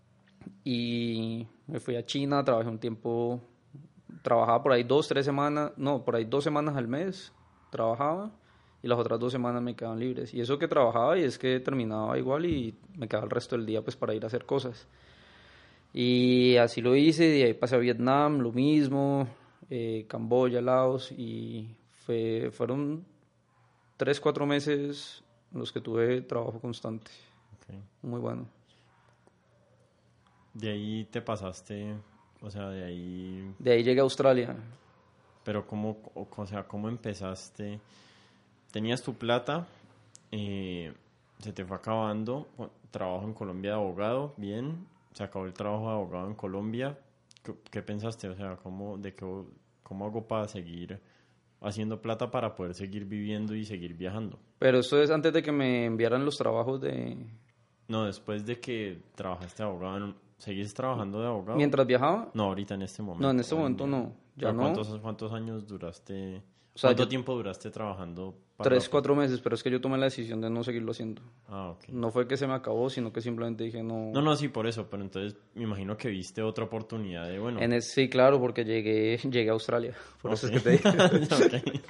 Y me fui a China, trabajé un tiempo... Trabajaba por ahí dos, tres semanas, no, por ahí dos semanas al mes trabajaba, y las otras dos semanas me quedaban libres. Y eso que trabajaba, y es que terminaba igual y me quedaba el resto del día pues para ir a hacer cosas. Y así lo hice, de ahí pasé a Vietnam, lo mismo, eh, Camboya, Laos, y fue, fueron tres, cuatro meses los que tuve trabajo constante. Okay. Muy bueno. De ahí te pasaste... O sea, de ahí... De ahí llegué a Australia. Pero ¿cómo, o sea, cómo empezaste? Tenías tu plata, eh, se te fue acabando, trabajo en Colombia de abogado, bien, se acabó el trabajo de abogado en Colombia. ¿Qué, qué pensaste? O sea, ¿cómo, de qué, ¿cómo hago para seguir haciendo plata para poder seguir viviendo y seguir viajando? Pero eso es antes de que me enviaran los trabajos de... No, después de que trabajaste de abogado en... ¿Seguís trabajando de abogado? ¿Mientras viajaba? No, ahorita en este momento. No, en este momento no. Ya no. ¿Cuántos, ¿Cuántos años duraste? O sea, ¿Cuánto yo, tiempo duraste trabajando? Para tres, cuatro meses, pero es que yo tomé la decisión de no seguirlo haciendo. Ah, ok. No fue que se me acabó, sino que simplemente dije no... No, no, sí, por eso. Pero entonces me imagino que viste otra oportunidad de, bueno... En el, sí, claro, porque llegué, llegué a Australia. Por okay. eso es que te dije.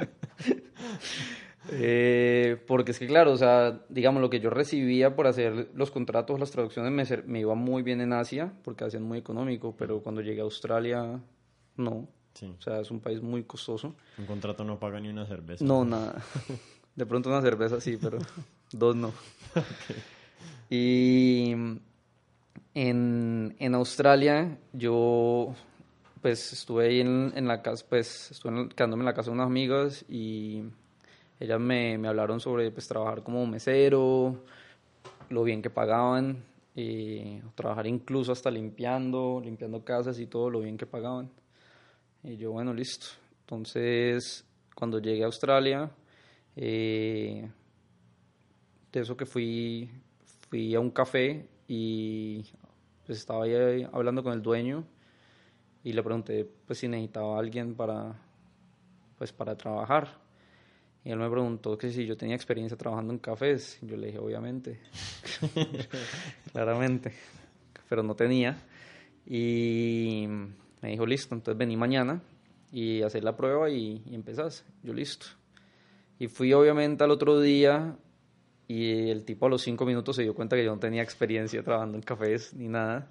Eh, porque es que claro, o sea, digamos, lo que yo recibía por hacer los contratos, las traducciones me, me iba muy bien en Asia porque hacían muy económico, pero cuando llegué a Australia no, sí. O sea, es un país muy costoso. Un contrato no paga ni una cerveza. No, nada. De pronto una cerveza sí, pero dos no. Okay. Y en, en Australia yo pues estuve ahí en, en la casa, pues estuve en, quedándome en la casa de unas amigas y ellas me, me hablaron sobre pues, trabajar como mesero, lo bien que pagaban, y trabajar incluso hasta limpiando, limpiando casas y todo, lo bien que pagaban. Y yo, bueno, listo. Entonces, cuando llegué a Australia, eh, de eso que fui, fui a un café y pues, estaba ahí hablando con el dueño y le pregunté pues, si necesitaba a alguien para, pues, para trabajar. Y él me preguntó que si yo tenía experiencia trabajando en cafés. Yo le dije, obviamente. Claramente. Pero no tenía. Y me dijo, listo, entonces vení mañana y hacer la prueba y, y empezás. Yo, listo. Y fui obviamente al otro día y el tipo a los cinco minutos se dio cuenta que yo no tenía experiencia trabajando en cafés ni nada.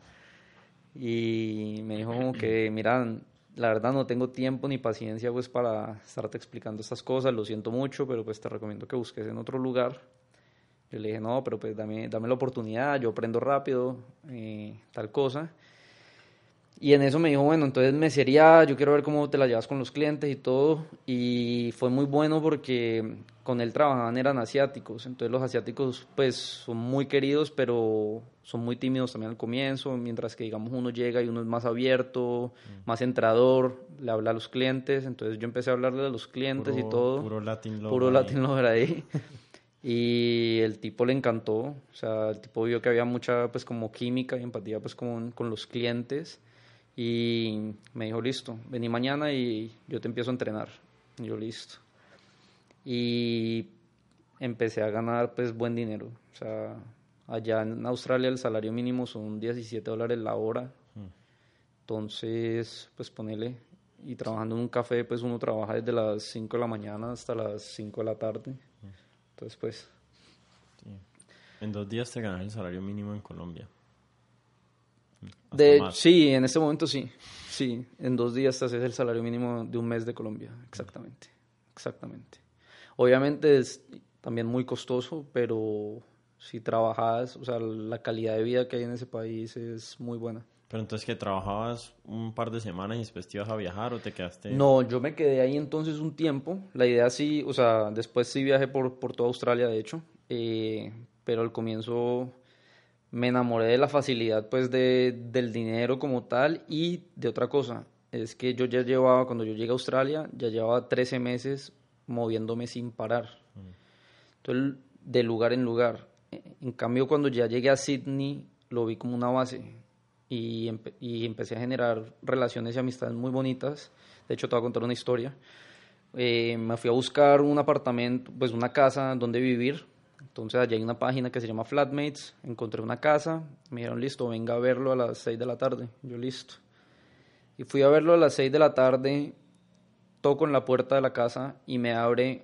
Y me dijo como que, mira... La verdad no tengo tiempo ni paciencia pues para estarte explicando estas cosas, lo siento mucho, pero pues te recomiendo que busques en otro lugar Yo le dije, no, pero pues dame, dame la oportunidad, yo aprendo rápido, eh, tal cosa. Y en eso me dijo, bueno, entonces mesería, yo quiero ver cómo te la llevas con los clientes y todo. Y fue muy bueno porque con él trabajaban, eran asiáticos. Entonces los asiáticos pues son muy queridos, pero son muy tímidos también al comienzo. Mientras que digamos uno llega y uno es más abierto, mm. más entrador, le habla a los clientes. Entonces yo empecé a hablarle a los clientes puro, y todo. Puro Latin lover. Puro Latin lover ahí. Y el tipo le encantó. O sea, el tipo vio que había mucha pues como química y empatía pues con, con los clientes. Y me dijo, listo, vení mañana y yo te empiezo a entrenar. Y yo, listo. Y empecé a ganar, pues, buen dinero. O sea, allá en Australia el salario mínimo son diecisiete dólares la hora. Mm. Entonces, pues, ponele. Y trabajando en un café, pues, uno trabaja desde las cinco de la mañana hasta las cinco de la tarde. Mm. Entonces, pues... Sí. En dos días te ganas el salario mínimo en Colombia. De, sí, en este momento sí, sí, en dos días te haces el salario mínimo de un mes de Colombia, exactamente, exactamente. Obviamente es también muy costoso, pero si trabajas, o sea, la calidad de vida que hay en ese país es muy buena. Pero entonces, ¿que trabajabas un par de semanas y después te ibas a viajar o te quedaste...? No, yo me quedé ahí entonces un tiempo, la idea sí, o sea, después sí viajé por, por toda Australia, de hecho, eh, pero al comienzo... me enamoré de la facilidad pues de, del dinero como tal y de otra cosa, es que yo ya llevaba, cuando yo llegué a Australia, ya llevaba trece meses moviéndome sin parar. Mm. Entonces, de lugar en lugar. En cambio, cuando ya llegué a Sydney, lo vi como una base y, empe- y empecé a generar relaciones y amistades muy bonitas. De hecho, te voy a contar una historia. Eh, me fui a buscar un apartamento, pues una casa donde vivir. Entonces allá hay una página que se llama Flatmates, encontré una casa, me dijeron listo, venga a verlo a las seis de la tarde, yo listo. Y fui a verlo a las seis de la tarde, toco en la puerta de la casa y me abre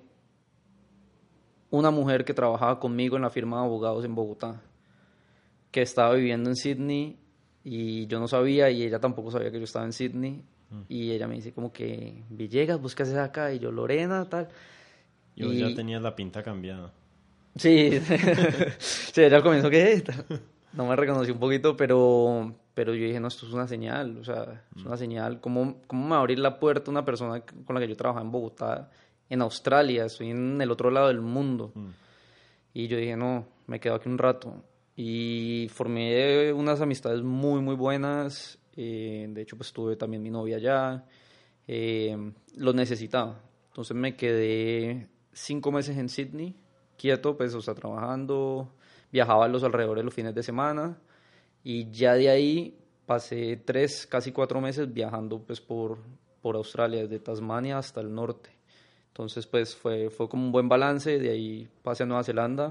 una mujer que trabajaba conmigo en la firma de abogados en Bogotá, que estaba viviendo en Sydney y yo no sabía y ella tampoco sabía que yo estaba en Sydney. Mm. Y ella me dice como que, Villegas, ¿vos qué haces acá? Y yo, Lorena, tal. Y vos y... ya tenías la pinta cambiada. Sí, sí, ella al comienzo que no me reconocí un poquito, pero, pero yo dije, no, esto es una señal, o sea, es una señal. ¿Cómo, cómo me va a abrir la puerta una persona con la que yo trabajaba en Bogotá, en Australia? Estoy en el otro lado del mundo. Mm. Y yo dije, no, me quedo aquí un rato. Y formé unas amistades muy, muy buenas. Eh, de hecho, pues tuve también mi novia allá. Eh, lo necesitaba. Entonces me quedé cinco meses en Sydney, quieto, pues, o sea, trabajando, viajaba a los alrededores los fines de semana y ya de ahí pasé tres, casi cuatro meses viajando, pues, por, por Australia, desde Tasmania hasta el norte. Entonces, pues, fue, fue como un buen balance. De ahí pasé a Nueva Zelanda.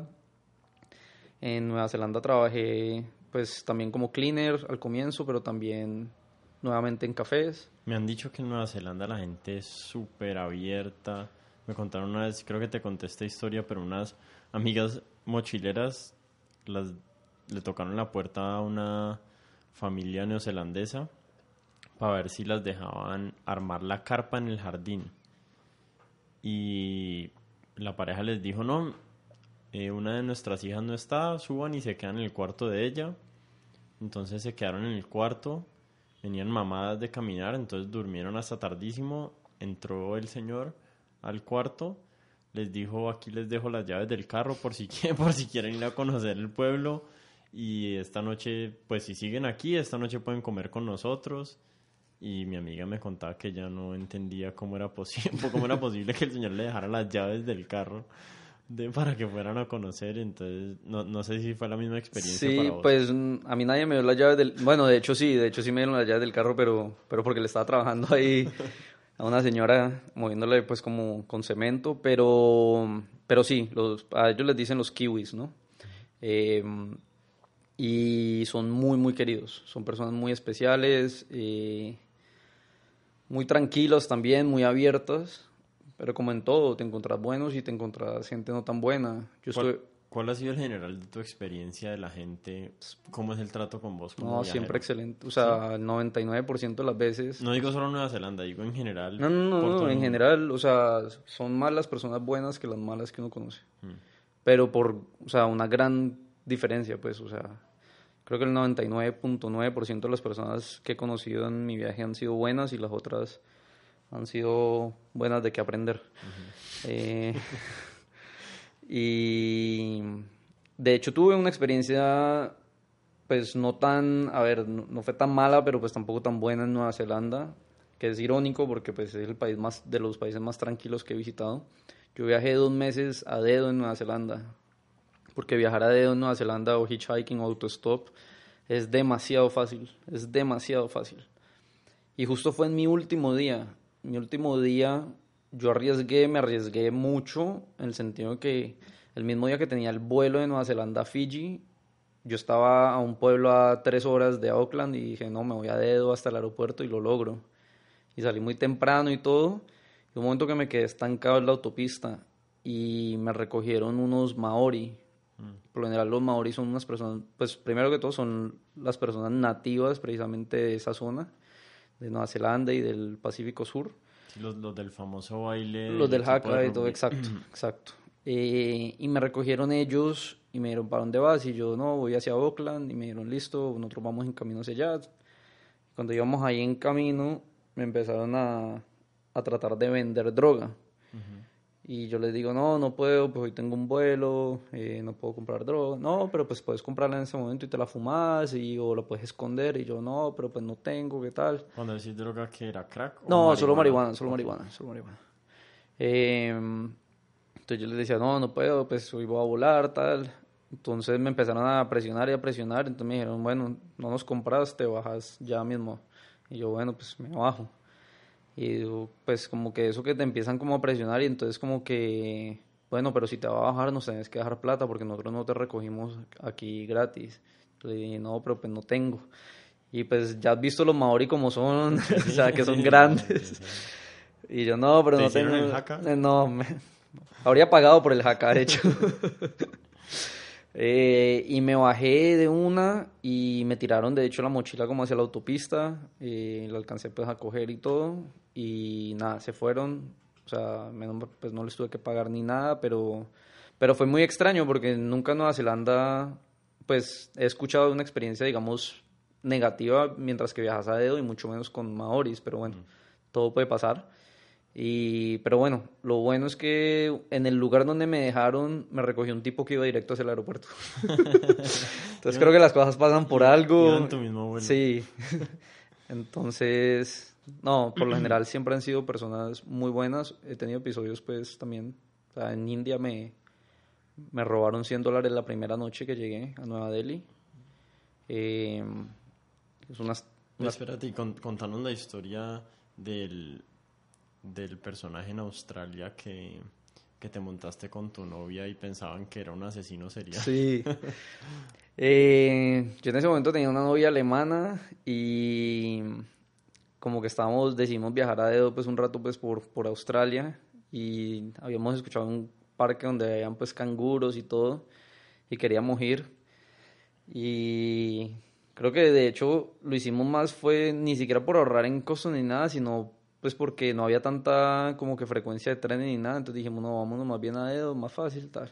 En Nueva Zelanda trabajé, pues, también como cleaner al comienzo, pero también nuevamente en cafés. Me han dicho que en Nueva Zelanda la gente es súper abierta. Me contaron una vez, creo que te conté esta historia, pero unas amigas mochileras las, le tocaron la puerta a una familia neozelandesa para ver si las dejaban armar la carpa en el jardín. Y la pareja les dijo, no, eh, una de nuestras hijas no está, suban y se quedan en el cuarto de ella. Entonces se quedaron en el cuarto, venían mamadas de caminar, entonces durmieron hasta tardísimo. Entró el señor al cuarto, les dijo, aquí les dejo las llaves del carro por si quieren, por si quieren ir a conocer el pueblo, y esta noche, pues si siguen aquí, esta noche pueden comer con nosotros. Y mi amiga me contaba que ella no entendía cómo era posible, cómo era posible que el señor le dejara las llaves del carro de, para que fueran a conocer. Entonces no, no sé si fue la misma experiencia. Sí, para vos. Pues a mí nadie me dio las llaves del, bueno, de hecho sí, de hecho sí me dieron las llaves del carro, pero, pero porque le estaba trabajando ahí a una señora moviéndole pues como con cemento, pero, pero sí, los, a ellos les dicen los kiwis, ¿no? Eh, y son muy, muy queridos, son personas muy especiales, eh, muy tranquilos también, muy abiertas, pero como en todo, te encontrás buenos y te encontrás gente no tan buena. Yo ¿Cuál, estoy... ¿Cuál ha sido el general de tu experiencia de la gente? ¿Cómo es el trato con vos como No, viajero? siempre excelente. O sea, ¿sí? El noventa y nueve por ciento de las veces... No digo solo Nueva Zelanda, digo en general. No, no, no, no en general, o sea, son más las personas buenas que las malas que uno conoce. Hmm. pero por, o sea, una gran diferencia, pues, o sea, creo que el noventa y nueve punto nueve por ciento de las personas que he conocido en mi viaje han sido buenas y las otras han sido buenas de qué aprender. Uh-huh. Eh, y de hecho tuve una experiencia, pues no tan, a ver, no, no fue tan mala, pero pues tampoco tan buena en Nueva Zelanda, que es irónico porque pues es el país más, de los países más tranquilos que he visitado. Yo viajé dos meses a dedo en Nueva Zelanda, porque viajar a dedo en Nueva Zelanda o hitchhiking o autostop es demasiado fácil, es demasiado fácil. Y justo fue en mi último día, mi último día yo arriesgué, me arriesgué mucho, en el sentido de que el mismo día que tenía el vuelo de Nueva Zelanda a Fiji, yo estaba a un pueblo a tres horas de Auckland y dije, no, me voy a dedo hasta el aeropuerto y lo logro. Y salí muy temprano y todo, y un momento que me quedé estancado en la autopista y me recogieron unos maori. Mm. Por lo general los maori son unas personas, pues primero que todo son las personas nativas precisamente de esa zona, de Nueva Zelanda y del Pacífico Sur. Sí, los, los del famoso baile. Los del haka y todo, exacto, exacto. Eh, y me recogieron ellos y me dijeron, ¿para dónde vas? Y yo, no, voy hacia Auckland. Y me dijeron, listo, nosotros vamos en camino hacia allá. Cuando íbamos ahí en camino, me empezaron a, a tratar de vender droga. Uh-huh. Y yo les digo, no, no puedo, pues hoy tengo un vuelo, eh, no puedo comprar droga. No, pero pues puedes comprarla en ese momento y te la fumas, y, o la puedes esconder. Y yo, no, pero pues no tengo, ¿qué tal? Cuando decís droga, ¿qué era? ¿Crack o No, marihuana? solo marihuana, solo okay. marihuana, solo marihuana. Eh, entonces yo les decía, no, no puedo, pues hoy voy a volar, tal. Entonces me empezaron a presionar y a presionar. Entonces me dijeron, bueno, no nos compras, te bajas ya mismo. Y yo, bueno, pues me bajo. Y pues como que eso que te empiezan como a presionar y entonces como que, bueno, pero si te va a bajar nos tenés que dejar plata porque nosotros no te recogimos aquí gratis. Yo le dije, no, pero pues no tengo. Y pues ya has visto los maori como son, sí, o sea, que son sí, grandes. Sí, sí. Y yo, no, pero ¿Te no tengo... el haka? No, me... habría pagado por el haka, de hecho. Eh, y me bajé de una y me tiraron de hecho la mochila como hacia la autopista, eh, la alcancé pues a coger y todo y nada, se fueron, o sea, pues no les tuve que pagar ni nada, pero, pero fue muy extraño porque nunca en Nueva Zelanda pues he escuchado una experiencia digamos negativa mientras que viajas a dedo y mucho menos con maoris, pero bueno, mm. todo puede pasar. Y, pero bueno, lo bueno es que en el lugar donde me dejaron me recogió un tipo que iba directo hacia el aeropuerto. Entonces creo que las cosas pasan por algo. Iba en tu mismo vuelo. Sí. Entonces, no, por lo general siempre han sido personas muy buenas. He tenido episodios pues también, o sea, en India me, me robaron cien dólares la primera noche que llegué a Nueva Delhi. Eh, es unas, unas... Espérate, y con, contanos la historia del... del personaje en Australia que, que te montaste con tu novia y pensaban que era un asesino serial. Sí. eh, yo en ese momento tenía una novia alemana y como que estábamos, decidimos viajar a dedo pues un rato pues por, por Australia y habíamos escuchado un parque donde habían pues canguros y todo y queríamos ir y creo que de hecho lo hicimos más fue ni siquiera por ahorrar en costos ni nada, sino pues porque no había tanta como que frecuencia de trenes ni nada, entonces dijimos, no, vámonos más bien a dedo, más fácil, tal.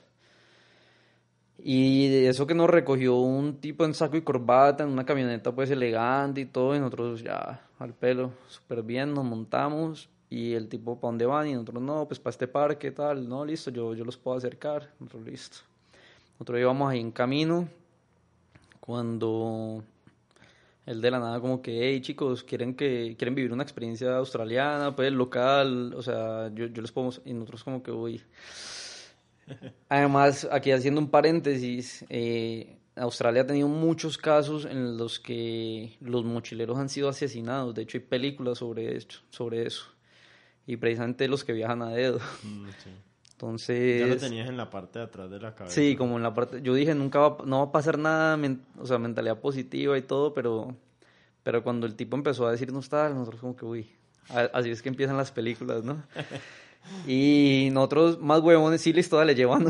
Y de eso que nos recogió un tipo en saco y corbata, en una camioneta pues elegante y todo, y nosotros ya al pelo, súper bien, nos montamos, y el tipo, ¿para dónde van? Y nosotros, no, pues para este parque, tal, no, listo, yo, yo los puedo acercar, nosotros, listo. Nosotros íbamos ahí en camino, cuando... él de la nada como que, hey chicos, ¿quieren que quieren vivir una experiencia australiana, pues local? O sea, yo, yo les podemos... Y nosotros como que, uy. Además, aquí haciendo un paréntesis, eh, Australia ha tenido muchos casos en los que los mochileros han sido asesinados. De hecho, hay películas sobre, esto, sobre eso. Y precisamente los que viajan a dedo. Mm, sí. Entonces... ya lo tenías en la parte de atrás de la cabeza. Sí, como en la parte... Yo dije, nunca va, no va a pasar nada, men, o sea, mentalidad positiva y todo, pero, pero cuando el tipo empezó a decirnos tal, nosotros como que, uy, así es que empiezan las películas, ¿no? Y nosotros, más huevones, sí, listo, dale, llevamos.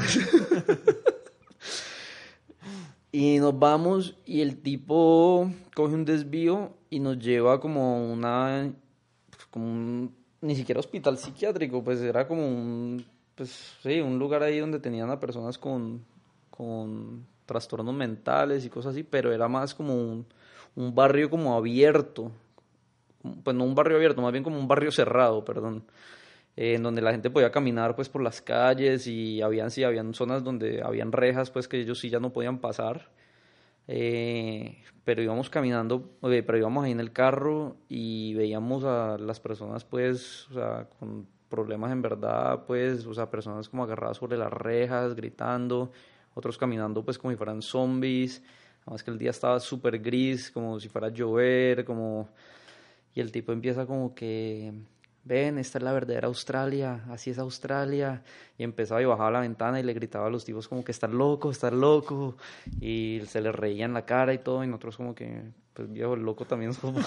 Y nos vamos y el tipo coge un desvío y nos lleva como una... como un, ni siquiera hospital psiquiátrico, pues era como un... pues sí, un lugar ahí donde tenían a personas con, con trastornos mentales y cosas así, pero era más como un, un barrio como abierto, pues no un barrio abierto, más bien como un barrio cerrado, perdón, eh, en donde la gente podía caminar pues por las calles y habían, sí, habían zonas donde habían rejas pues que ellos sí ya no podían pasar. Eh, pero íbamos caminando, eh, pero íbamos ahí en el carro y veíamos a las personas pues, o sea, con problemas en verdad, pues, o sea, personas como agarradas sobre las rejas, gritando, otros caminando pues como si fueran zombies, además que el día estaba súper gris, como si fuera a llover, como, y el tipo empieza como que, ven, esta es la verdadera Australia, así es Australia. Y empezaba y bajaba la ventana y le gritaba a los tipos como que estás loco, estás loco. Y se le reía en la cara y todo. Y nosotros como que, pues viejo, el loco también somos.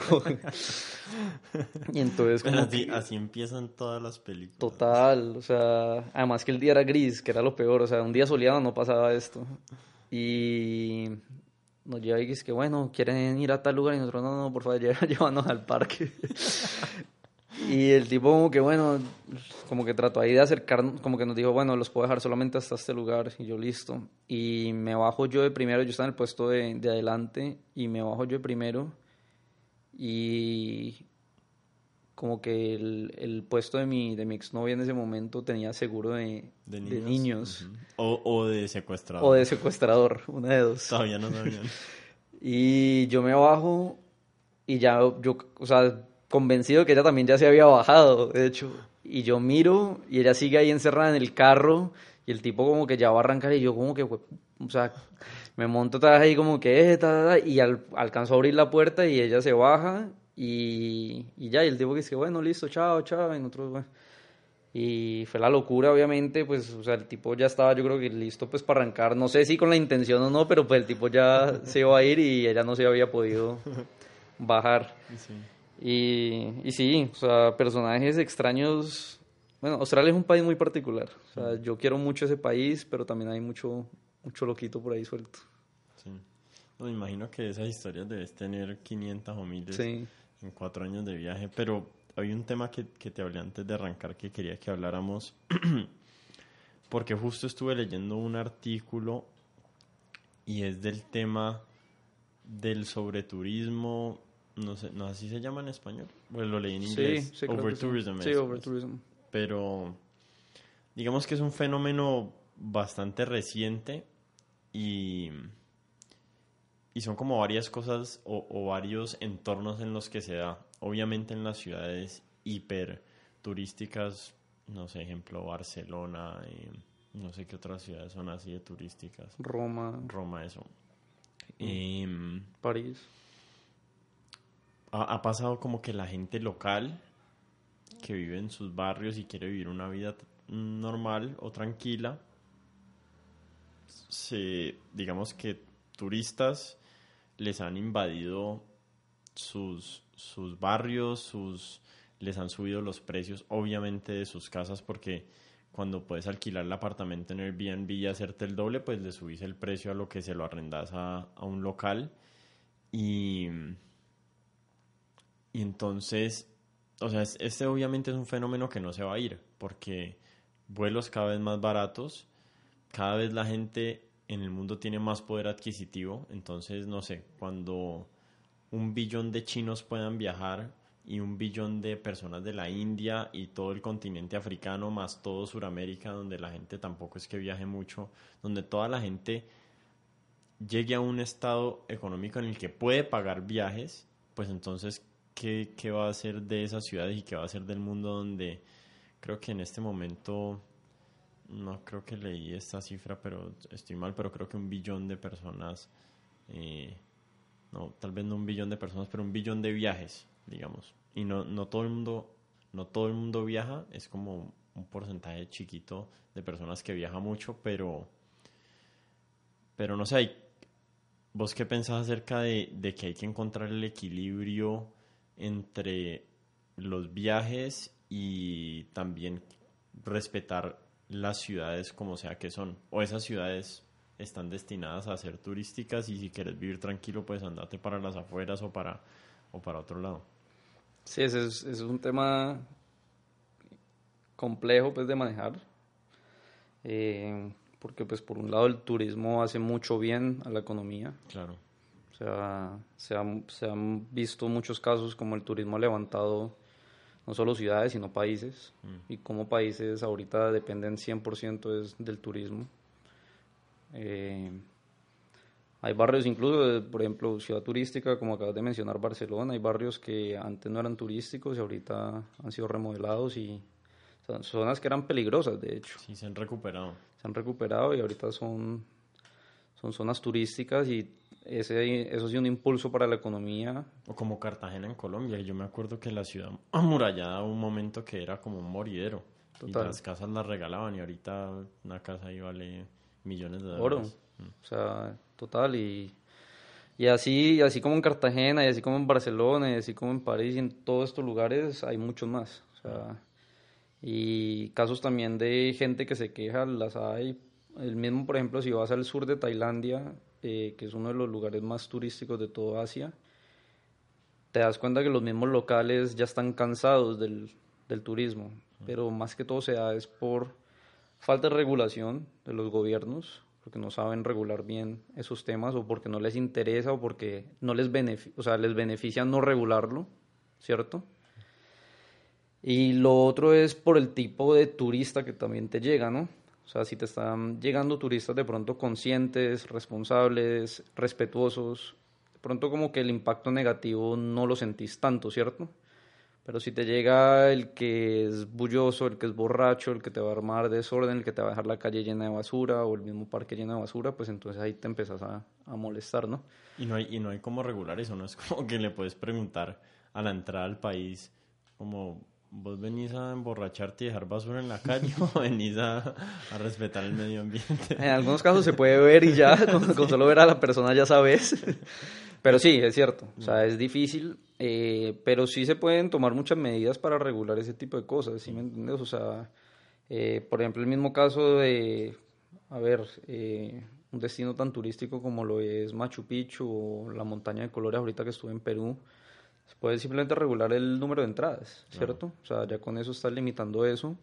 Y entonces como así, que, así empiezan todas las películas. total, o sea, además que el día era gris, que era lo peor. O sea, un día soleado no pasaba esto. Y nos lleva y dice que bueno, quieren ir a tal lugar y nosotros no, no, por favor, llévanos al parque. Y el tipo como que bueno, como que trató ahí de acercarnos, como que nos dijo, bueno, los puedo dejar solamente hasta este lugar, y yo listo. Y me bajo yo de primero, yo estaba en el puesto de, de adelante, y me bajo yo de primero, y como que el, el puesto de mi, de mi exnovia en ese momento tenía seguro de, ¿De de niños? niños, Uh-huh. o, o de o secuestrador. de secuestrador, una de dos. Todavía no sabían. Y yo me bajo y ya yo, o sea, convencido que ella también ya se había bajado, de hecho. Y yo miro y ella sigue ahí encerrada en el carro y el tipo como que ya va a arrancar y yo como que, o sea, me monto otra vez ahí como que, eh, ta, ta, ta, y al, alcanzo a abrir la puerta y ella se baja y, y ya, y el tipo que dice, bueno, listo, chao, chao, y nosotros, bueno. Y fue la locura, obviamente, pues, o sea, el tipo ya estaba, yo creo que listo, pues, para arrancar. No sé si con la intención o no, pero pues el tipo ya se iba a ir y ella no se había podido bajar. Sí. Y, y sí, o sea, personajes extraños. Bueno, Australia es un país muy particular. O sea, yo quiero mucho ese país, pero también hay mucho, mucho loquito por ahí suelto. Sí. No, me imagino que esas historias debes tener quinientas o miles Sí. en cuatro años de viaje, pero hay un tema que, que te hablé antes de arrancar que quería que habláramos, porque justo estuve leyendo un artículo y es del tema del sobreturismo, no sé, no sé si se llama en español, pues lo leí en inglés, Sí, sí, creo que overtourism. sí. Sí, es, overtourism. Pero digamos que es un fenómeno bastante reciente y, y son como varias cosas o, o varios entornos en los que se da. Obviamente en las ciudades hiper turísticas, no sé, ejemplo Barcelona, eh, no sé qué otras ciudades son así de turísticas. Roma, Roma, eso. Mm. Eh, París. ha, ha pasado como que la gente local que vive en sus barrios y quiere vivir una vida t- normal o tranquila, se, digamos que turistas les han invadido sus, sus barrios, sus, les han subido los precios, obviamente, de sus casas, porque cuando puedes alquilar el apartamento en Airbnb y hacerte el doble, pues le subís el precio a lo que se lo arrendas a, a un local. Y, y entonces, o sea, es- este obviamente es un fenómeno que no se va a ir, porque vuelos cada vez más baratos, cada vez la gente en el mundo tiene más poder adquisitivo, entonces, no sé, cuando un billón de chinos puedan viajar y un billón de personas de la India y todo el continente africano, más todo Sudamérica, donde la gente tampoco es que viaje mucho, donde toda la gente llegue a un estado económico en el que puede pagar viajes, pues entonces, ¿qué, qué va a hacer de esas ciudades y qué va a hacer del mundo donde creo que en este momento, no creo que leí esta cifra, pero estoy mal, pero creo que un billón de personas, eh, no, tal vez no un billón de personas, pero un billón de viajes, digamos. Y no, no todo el mundo, no todo el mundo viaja, es como un porcentaje chiquito de personas que viaja mucho, pero, pero no sé, hay- ¿vos qué pensás acerca de, de que hay que encontrar el equilibrio entre los viajes y también respetar las ciudades como sea que son? O esas ciudades están destinadas a ser turísticas y si quieres vivir tranquilo, pues andate para las afueras o para, o para otro lado. Sí, ese es, ese es un tema complejo pues de manejar. eh, porque pues por un lado el turismo hace mucho bien a la economía. Claro. O sea, se han, se han visto muchos casos como el turismo ha levantado no solo ciudades, sino países, mm. y como países ahorita dependen cien por ciento es del turismo. Eh, hay barrios incluso, de, por ejemplo, ciudad turística, como acabas de mencionar, Barcelona, hay barrios que antes no eran turísticos y ahorita han sido remodelados y son zonas que eran peligrosas, de hecho. Sí, se han recuperado. Se han recuperado y ahorita son, son zonas turísticas y ese, eso ha sido un impulso para la economía. O como Cartagena en Colombia, yo me acuerdo que la ciudad amurallada hubo un momento que era como un moridero. Total. Y las casas las regalaban y ahorita una casa ahí vale millones de dólares. Oro, mm. o sea, total, y, y así, así como en Cartagena, y así como en Barcelona, y así como en París, y en todos estos lugares hay muchos más, o sea, y casos también de gente que se queja, las hay, el mismo, por ejemplo, si vas al sur de Tailandia, eh, que es uno de los lugares más turísticos de toda Asia, te das cuenta que los mismos locales ya están cansados del, del turismo, pero más que todo se da es por falta de regulación de los gobiernos, porque no saben regular bien esos temas, o porque no les interesa, o porque no les beneficia, o sea, les beneficia no regularlo, ¿cierto? Y lo otro es por el tipo de turista que también te llega, ¿no? O sea, si te están llegando turistas de pronto conscientes, responsables, respetuosos, de pronto como que el impacto negativo no lo sentís tanto, ¿cierto? Pero si te llega el que es bulloso, el que es borracho, el que te va a armar desorden, el que te va a dejar la calle llena de basura o el mismo parque lleno de basura, pues entonces ahí te empezás a, a molestar, ¿no? Y no hay y no hay cómo regular eso, ¿no? Es como que le puedes preguntar a la entrada al país como... ¿Vos venís a emborracharte y dejar basura en la calle o venís a, a respetar el medio ambiente? En algunos casos se puede ver y ya, con, con solo ver a la persona ya sabes. Pero sí, es cierto, o sea, es difícil, eh, pero sí se pueden tomar muchas medidas para regular ese tipo de cosas, ¿sí me entiendes? O sea, eh, por ejemplo, el mismo caso de, a ver, eh, un destino tan turístico como lo es Machu Picchu o la montaña de colores ahorita que estuve en Perú, se puede simplemente regular el número de entradas, ¿cierto? Claro. O sea, ya con eso estás limitando eso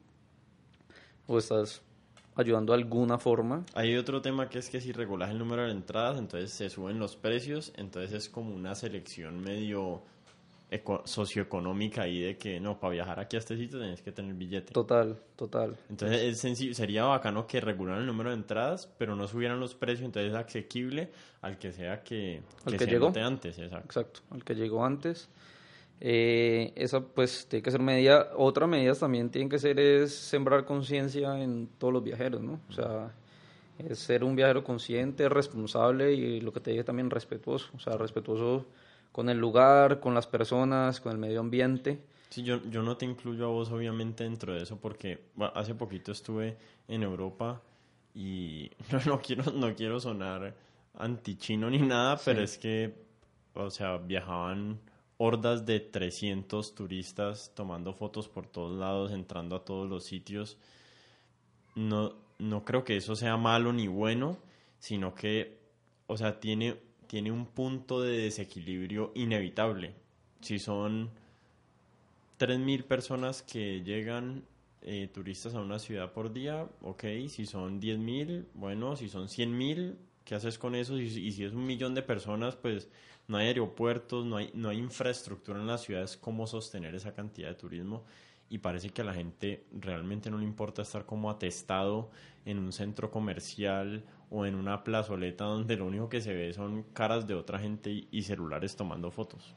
o estás ayudando de alguna forma. Hay otro tema que es que si regulas el número de entradas, entonces se suben los precios, entonces es como una selección medio eco- socioeconómica ahí de que no, para viajar aquí a este sitio tenés que tener billete. Total, total. Entonces es sencillo, sería bacano que regularan el número de entradas, pero no subieran los precios, entonces es asequible al que sea que, al que, que se llegó anote antes. Exacto. Exacto, al que llegó antes. Eh, esa pues tiene que ser medida. Otra medida también tiene que ser es sembrar conciencia en todos los viajeros, ¿no? O sea, es ser un viajero consciente, responsable y lo que te dije también respetuoso, o sea, respetuoso con el lugar, con las personas, con el medio ambiente. Sí, yo, yo no te incluyo a vos obviamente dentro de eso porque bueno, hace poquito estuve en Europa y no, no quiero no quiero sonar antichino ni nada, sí. Pero es que, o sea, viajaban hordas de trescientos turistas tomando fotos por todos lados, entrando a todos los sitios. No, no creo que eso sea malo ni bueno, sino que, o sea, tiene, tiene un punto de desequilibrio inevitable. Si son tres mil personas que llegan eh, turistas a una ciudad por día, ok. Si son diez mil, bueno, si son cien mil, ¿qué haces con eso? Y, y si es un millón de personas, pues no hay aeropuertos, no hay, no hay infraestructura en las ciudades, ¿cómo sostener esa cantidad de turismo? Y parece que a la gente realmente no le importa estar como atestado en un centro comercial o en una plazoleta donde lo único que se ve son caras de otra gente y, y celulares tomando fotos.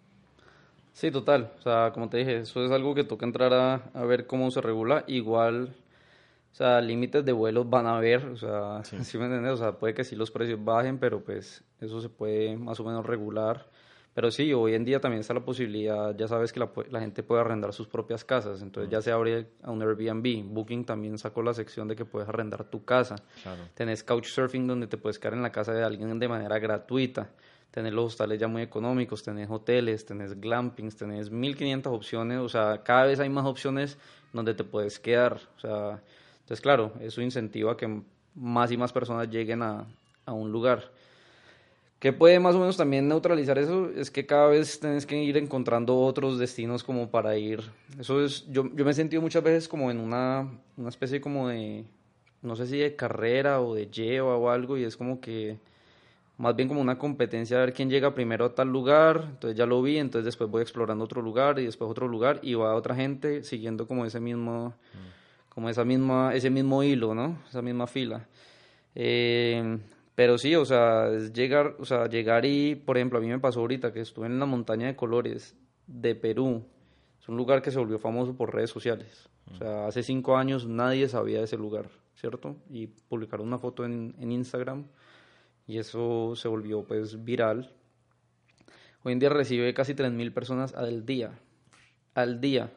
Sí, total. O sea, como te dije, eso es algo que toca entrar a, a ver cómo se regula. Igual, o sea, límites de vuelos van a haber, o sea, sí. ¿Sí me entiendes? O sea, puede que sí los precios bajen, pero pues eso se puede más o menos regular. Pero sí, hoy en día también está la posibilidad, ya sabes que la, la gente puede arrendar sus propias casas, entonces uh-huh. ya se abre a un Airbnb. Booking también sacó la sección de que puedes arrendar tu casa. Claro. Tenés Couchsurfing donde te puedes quedar en la casa de alguien de manera gratuita. Tenés los hostales ya muy económicos, tenés hoteles, tenés glampings, tenés mil quinientas opciones, o sea, cada vez hay más opciones donde te puedes quedar. O sea, entonces claro, eso incentiva que más y más personas lleguen a, a un lugar. ¿Qué puede más o menos también neutralizar eso? Es que cada vez tenés que ir encontrando otros destinos como para ir. Eso es, yo, yo me he sentido muchas veces como en una, una especie como de, no sé si de carrera o de lleva o algo, y es como que más bien como una competencia a ver quién llega primero a tal lugar, entonces ya lo vi, entonces después voy explorando otro lugar y después otro lugar y va otra gente siguiendo como ese mismo, como esa misma, ese mismo hilo, ¿no? Esa misma fila. Eh, pero sí, o sea, es llegar, o sea, llegar y, por ejemplo, a mí me pasó ahorita que estuve en la montaña de colores de Perú. Es un lugar que se volvió famoso por redes sociales. O sea, hace cinco años nadie sabía de ese lugar, ¿cierto? Y publicaron una foto en, en Instagram y eso se volvió pues viral. Hoy en día recibe casi tres mil personas al día, al día.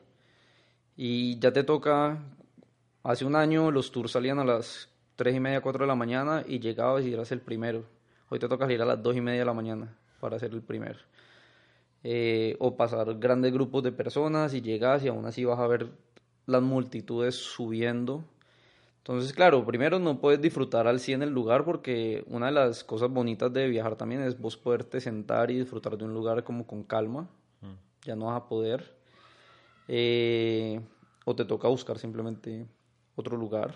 Y ya te toca, hace un año los tours salían a las tres y media, cuatro de la mañana y llegabas y eras el primero. Hoy te toca salir a las dos y media de la mañana para ser el primero. Eh, o pasar grandes grupos de personas y llegas y aún así vas a ver las multitudes subiendo. Entonces, claro, primero no puedes disfrutar al cien el lugar porque una de las cosas bonitas de viajar también es vos poderte sentar y disfrutar de un lugar como con calma. Mm. Ya no vas a poder. Eh, o te toca buscar simplemente otro lugar.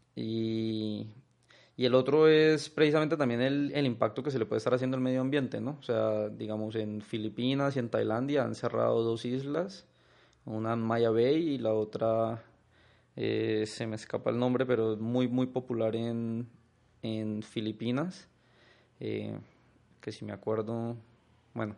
Y, y el otro es precisamente también el, el impacto que se le puede estar haciendo al medio ambiente, ¿no? O sea, digamos, en Filipinas y en Tailandia han cerrado dos islas, una en Maya Bay y la otra, eh, se me escapa el nombre, pero es muy, muy popular en, en Filipinas, eh, que si me acuerdo, bueno,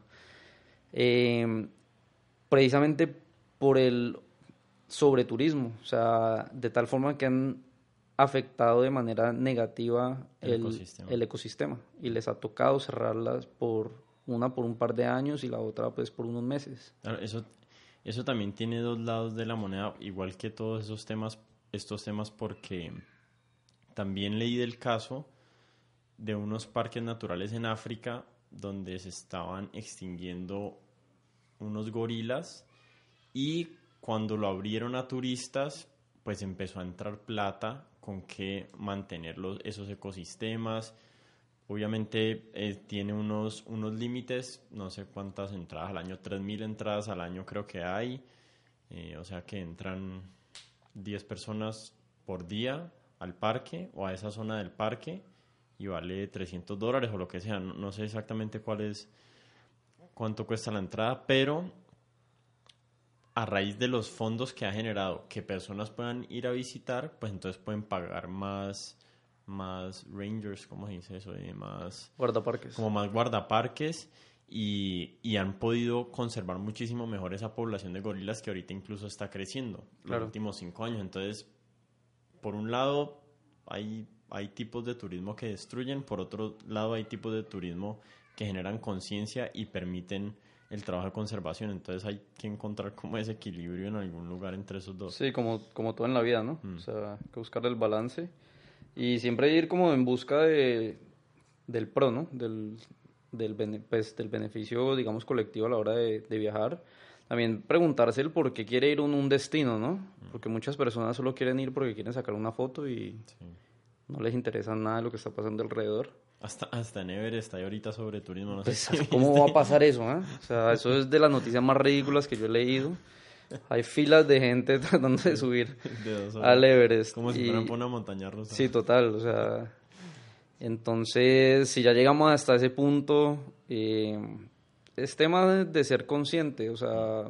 eh, precisamente por el sobreturismo, o sea, de tal forma que han afectado de manera negativa el, el, ecosistema. el ecosistema y les ha tocado cerrarlas por una por un par de años y la otra pues por unos meses. Claro, eso, eso también tiene dos lados de la moneda, igual que todos esos temas, estos temas, porque también leí del caso de unos parques naturales en África donde se estaban extinguiendo unos gorilas y cuando lo abrieron a turistas pues empezó a entrar plata con que mantener los, esos ecosistemas. Obviamente eh, tiene unos, unos límites, no sé cuántas entradas al año, tres mil entradas al año creo que hay, eh, o sea que entran diez personas por día al parque o a esa zona del parque y vale trescientos dólares o lo que sea, no, no sé exactamente cuál es, cuánto cuesta la entrada, pero a raíz de los fondos que ha generado que personas puedan ir a visitar, pues entonces pueden pagar más, más rangers, ¿cómo se dice eso? Eh, más guardaparques. Como más guardaparques y, y han podido conservar muchísimo mejor esa población de gorilas que ahorita incluso está creciendo claro. Los últimos cinco años. Entonces, por un lado, hay, hay tipos de turismo que destruyen, por otro lado, hay tipos de turismo que generan conciencia y permiten el trabajo de conservación, entonces hay que encontrar como ese equilibrio en algún lugar entre esos dos. Sí, como, como todo en la vida, ¿no? Mm. O sea, hay que buscar el balance y siempre ir como en busca de, del pro, ¿no? Del, del, bene, pues, del beneficio, digamos, colectivo a la hora de, de viajar. También preguntarse el por qué quiere ir a un, un destino, ¿no? Mm. Porque muchas personas solo quieren ir porque quieren sacar una foto y sí. No les interesa nada de lo que está pasando alrededor. Hasta, hasta en Everest hay ahorita sobre turismo, no pues, sé si ¿cómo va a pasar eso? ¿Eh? O sea, eso es de las noticias más ridículas que yo he leído. Hay filas de gente tratando de subir de al Everest. Como si y... fueran por una montaña rusa. Sí, total, o sea... Entonces, si ya llegamos hasta ese punto, eh, es tema de, de ser consciente, o sea...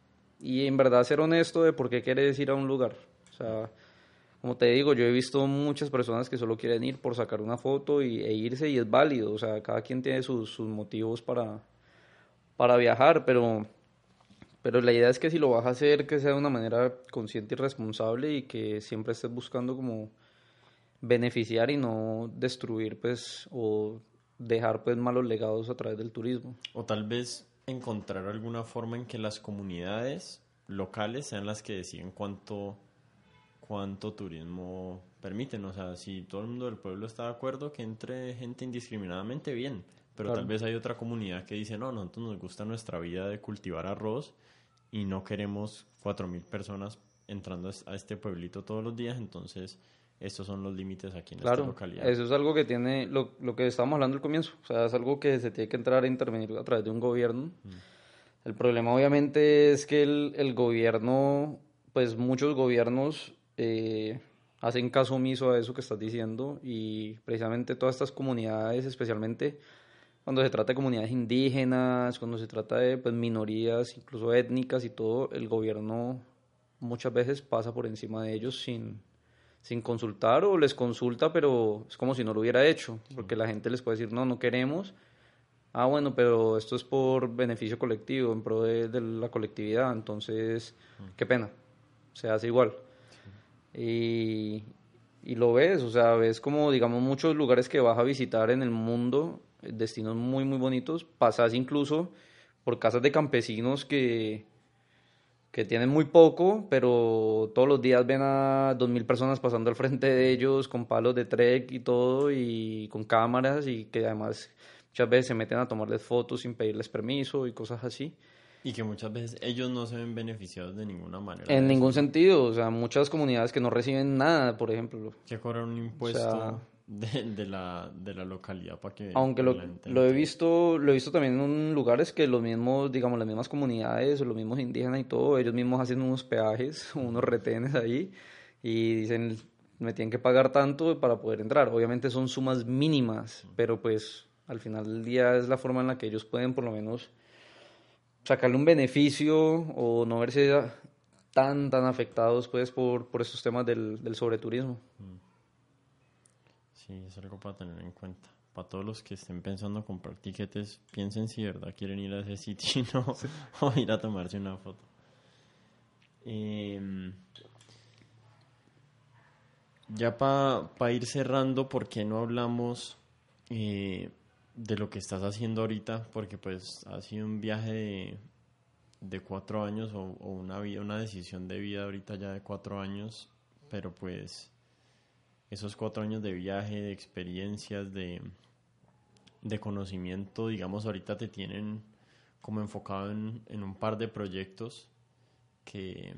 Y en verdad ser honesto de por qué quieres ir a un lugar. O sea... Como te digo, yo he visto muchas personas que solo quieren ir por sacar una foto y, e irse y es válido. O sea, cada quien tiene sus, sus motivos para, para viajar, pero, pero la idea es que si lo vas a hacer, que sea de una manera consciente y responsable y que siempre estés buscando como beneficiar y no destruir, pues, o dejar, pues, malos legados a través del turismo. O tal vez encontrar alguna forma en que las comunidades locales sean las que deciden cuánto... cuánto turismo permiten, o sea, si todo el mundo del pueblo está de acuerdo que entre gente indiscriminadamente, bien, pero claro. Tal vez hay otra comunidad que dice, no, nosotros nos gusta nuestra vida de cultivar arroz y no queremos cuatro mil personas entrando a este pueblito todos los días, entonces estos son los límites aquí en claro, esta localidad. Eso es algo que tiene, lo, lo que estábamos hablando al comienzo, o sea, es algo que se tiene que entrar a intervenir a través de un gobierno. Mm. El problema obviamente es que el, el gobierno, pues muchos gobiernos... Eh, hacen caso omiso a eso que estás diciendo, y precisamente todas estas comunidades, especialmente cuando se trata de comunidades indígenas, cuando se trata de pues, minorías, incluso étnicas y todo, el gobierno muchas veces pasa por encima de ellos sin, sin consultar, o les consulta, pero es como si no lo hubiera hecho, porque la gente les puede decir, no, no queremos. Ah, bueno, pero esto es por beneficio colectivo, en pro de, de la colectividad, entonces, qué pena, se hace igual. Y, y lo ves, o sea, ves como, digamos, muchos lugares que vas a visitar en el mundo, destinos muy, muy bonitos, pasas incluso por casas de campesinos que, que tienen muy poco, pero todos los días ven a dos mil personas pasando al frente de ellos con palos de trek y todo, y con cámaras, y que además muchas veces se meten a tomarles fotos sin pedirles permiso y cosas así. Y que muchas veces ellos no se ven beneficiados de ninguna manera. En de ningún eso, ¿no? sentido, o sea, muchas comunidades que no reciben nada, por ejemplo. Que cobran un impuesto O sea, de, de la, de la localidad para que aunque para lo, que la gente lo he entre. visto, lo he visto también en lugares que los mismos, digamos, las mismas comunidades o los mismos indígenas y todo, ellos mismos hacen unos peajes, unos retenes ahí, y dicen, me tienen que pagar tanto para poder entrar. Obviamente son sumas mínimas, pero pues al final del día es la forma en la que ellos pueden por lo menos sacarle un beneficio o no verse tan tan afectados pues por, por estos temas del, del sobreturismo. Sí, es algo para tener en cuenta. Para todos los que estén pensando comprar tiquetes, piensen si de verdad quieren ir a ese sitio y no, sí. o ir a tomarse una foto. Eh, ya para pa ir cerrando, ¿por qué no hablamos eh, de lo que estás haciendo ahorita? Porque pues ha sido un viaje de, de cuatro años o, o una, vida, una decisión de vida ahorita ya de cuatro años, pero pues esos cuatro años de viaje, de experiencias, de, de conocimiento, digamos, ahorita te tienen como enfocado en, en un par de proyectos que,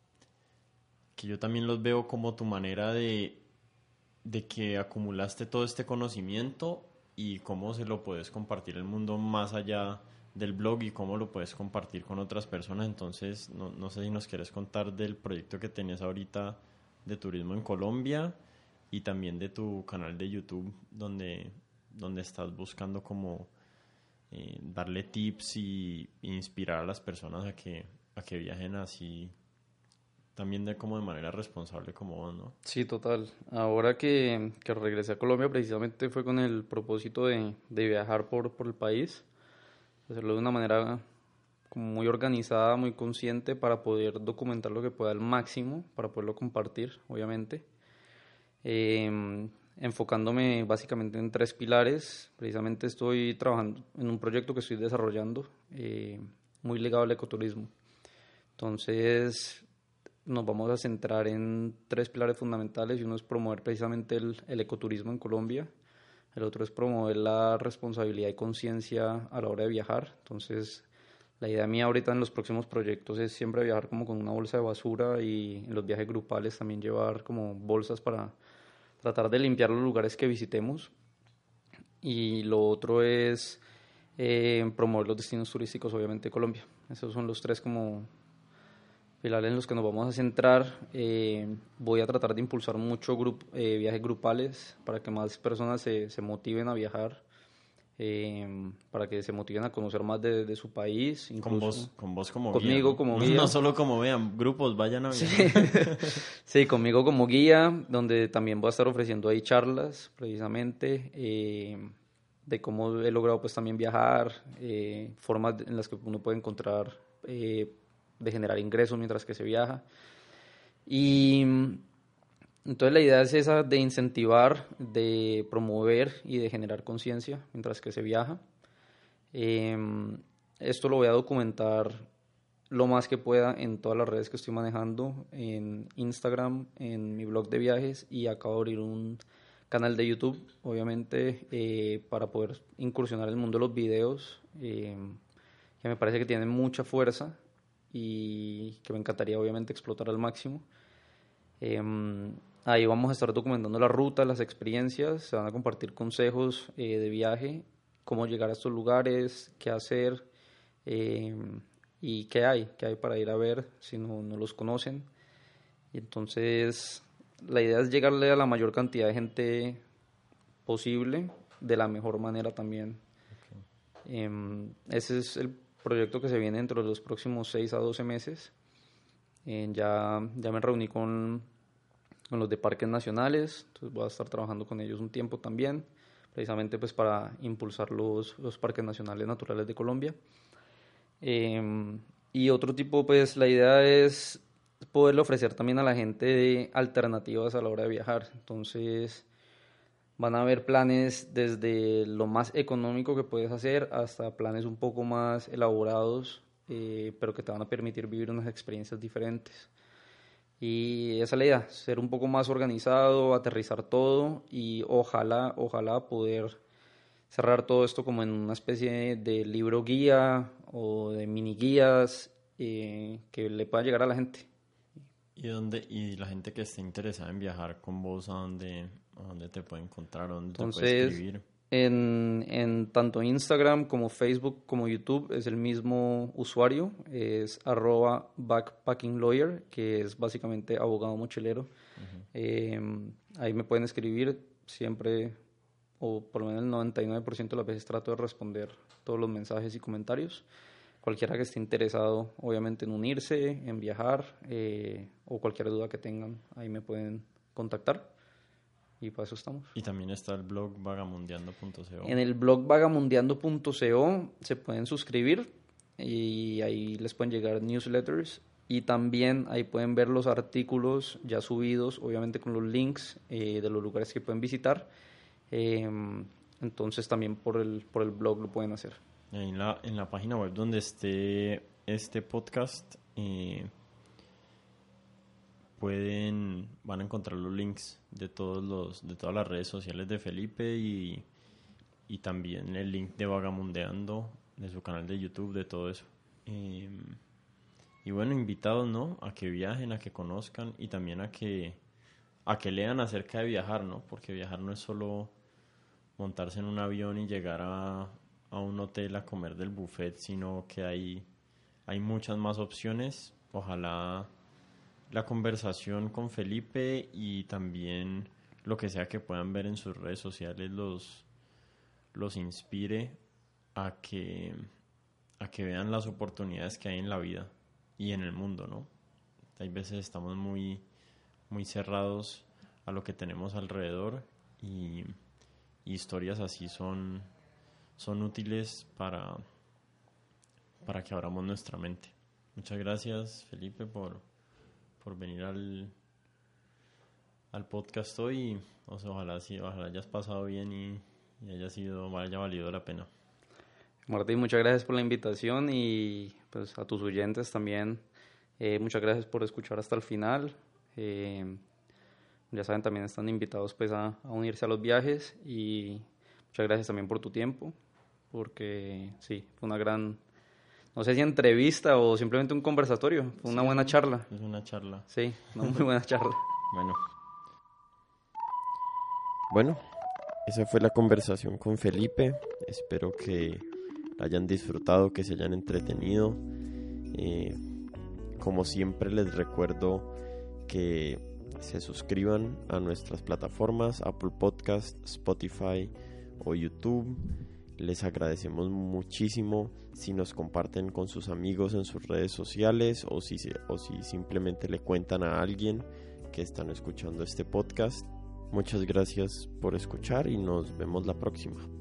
que yo también los veo como tu manera de, de que acumulaste todo este conocimiento y cómo se lo puedes compartir al mundo más allá del blog y cómo lo puedes compartir con otras personas. Entonces, no, no sé si nos quieres contar del proyecto que tenías ahorita de turismo en Colombia y también de tu canal de YouTube donde, donde estás buscando como eh, darle tips y, y inspirar a las personas a que, a que viajen así también de como de manera responsable como vos, ¿no? Sí, total. Ahora que, que regresé a Colombia precisamente fue con el propósito de, de viajar por, por el país, hacerlo de una manera como muy organizada, muy consciente para poder documentar lo que pueda al máximo, para poderlo compartir, obviamente. Eh, enfocándome básicamente en tres pilares. Precisamente estoy trabajando en un proyecto que estoy desarrollando eh, muy ligado al ecoturismo. Entonces nos vamos a centrar en tres pilares fundamentales, y uno es promover precisamente el, el ecoturismo en Colombia, el otro es promover la responsabilidad y conciencia a la hora de viajar. Entonces la idea mía ahorita en los próximos proyectos es siempre viajar como con una bolsa de basura, y en los viajes grupales también llevar como bolsas para tratar de limpiar los lugares que visitemos. Y lo otro es eh, promover los destinos turísticos, obviamente, de Colombia. Esos son los tres como pilares en los que nos vamos a centrar. Eh, voy a tratar de impulsar mucho grup, eh, viajes grupales para que más personas se, se motiven a viajar, eh, para que se motiven a conocer más de, de su país. Incluso con vos, con vos como conmigo guía, ¿no? como No, guía. no solo como vean, grupos, vayan a viajar. Sí. Sí, conmigo como guía, donde también voy a estar ofreciendo ahí charlas, precisamente, eh, de cómo he logrado pues también viajar, eh, formas en las que uno puede encontrar eh, de generar ingresos mientras que se viaja. Y entonces la idea es esa, de incentivar, de promover y de generar conciencia mientras que se viaja. Eh, esto lo voy a documentar lo más que pueda en todas las redes que estoy manejando, en Instagram, en mi blog de viajes, y acabo de abrir un canal de YouTube, obviamente, eh, para poder incursionar en el mundo de los videos, eh, que me parece que tienen mucha fuerza y que me encantaría obviamente explotar al máximo. Eh, ahí vamos a estar documentando la ruta, las experiencias, se van a compartir consejos eh, de viaje, cómo llegar a estos lugares, qué hacer, eh, y qué hay, qué hay para ir a ver si no, no los conocen. Y entonces la idea es llegarle a la mayor cantidad de gente posible, de la mejor manera también. Okay. Eh, ese es el proyecto que se viene dentro de los próximos seis a doce meses. Eh, ya, ya me reuní con, con los de parques nacionales, entonces voy a estar trabajando con ellos un tiempo también, precisamente pues para impulsar los, los parques nacionales naturales de Colombia. Eh, y otro tipo, pues la idea es poderle ofrecer también a la gente alternativas a la hora de viajar. Entonces van a haber planes desde lo más económico que puedes hacer hasta planes un poco más elaborados, eh, pero que te van a permitir vivir unas experiencias diferentes. Y esa es la idea, ser un poco más organizado, aterrizar todo y ojalá, ojalá poder cerrar todo esto como en una especie de libro guía o de mini guías eh, que le pueda llegar a la gente. ¿Y dónde, y la gente que esté interesada en viajar con vos, a dónde, a dónde te puede encontrar, a dónde Entonces, te puede escribir? En, en tanto Instagram como Facebook como YouTube es el mismo usuario, es arroba backpackinglawyer, que es básicamente abogado mochilero. Uh-huh. Eh, ahí me pueden escribir siempre, o por lo menos el noventa y nueve por ciento de las veces trato de responder todos los mensajes y comentarios. Cualquiera que esté interesado, obviamente, en unirse, en viajar, eh, o cualquier duda que tengan, ahí me pueden contactar. Y para eso estamos. Y también está el blog vagamundeando punto co. En el blog vagamundeando punto co se pueden suscribir y ahí les pueden llegar newsletters. Y también ahí pueden ver los artículos ya subidos, obviamente con los links eh, de los lugares que pueden visitar. Eh, entonces también por el, por el blog lo pueden hacer. En la, en la página web donde esté este podcast eh, pueden van a encontrar los links de todos los de todas las redes sociales de Felipe y, y también el link de Vagamundeando, de su canal de YouTube, de todo eso. Eh, y bueno, invitados, ¿no? A que viajen, a que conozcan y también a que a que lean acerca de viajar, ¿no? Porque viajar no es solo montarse en un avión y llegar a a un hotel a comer del buffet, sino que hay, hay muchas más opciones. Ojalá la conversación con Felipe y también lo que sea que puedan ver en sus redes sociales los, los inspire a que, a que vean las oportunidades que hay en la vida y en el mundo, ¿no? Hay veces estamos muy, muy cerrados a lo que tenemos alrededor y, y historias así son... son útiles para, para que abramos nuestra mente. Muchas gracias, Felipe, por, por venir al, al podcast hoy. O sea, ojalá, sí, ojalá hayas pasado bien y, y haya, sido, haya valido la pena. Martín, muchas gracias por la invitación y pues a tus oyentes también. Eh, muchas gracias por escuchar hasta el final. Eh, ya saben, también están invitados pues a, a unirse a los viajes y muchas gracias también por tu tiempo. Porque sí, fue una gran, no sé si entrevista o simplemente un conversatorio, fue una sí, buena charla. Es una charla. Sí, una muy buena charla. Bueno. Bueno, esa fue la conversación con Felipe, espero que la hayan disfrutado, que se hayan entretenido. Eh, como siempre les recuerdo que se suscriban a nuestras plataformas, Apple Podcast, Spotify o YouTube. Les agradecemos muchísimo si nos comparten con sus amigos en sus redes sociales o si, o si simplemente le cuentan a alguien que están escuchando este podcast. Muchas gracias por escuchar y nos vemos la próxima.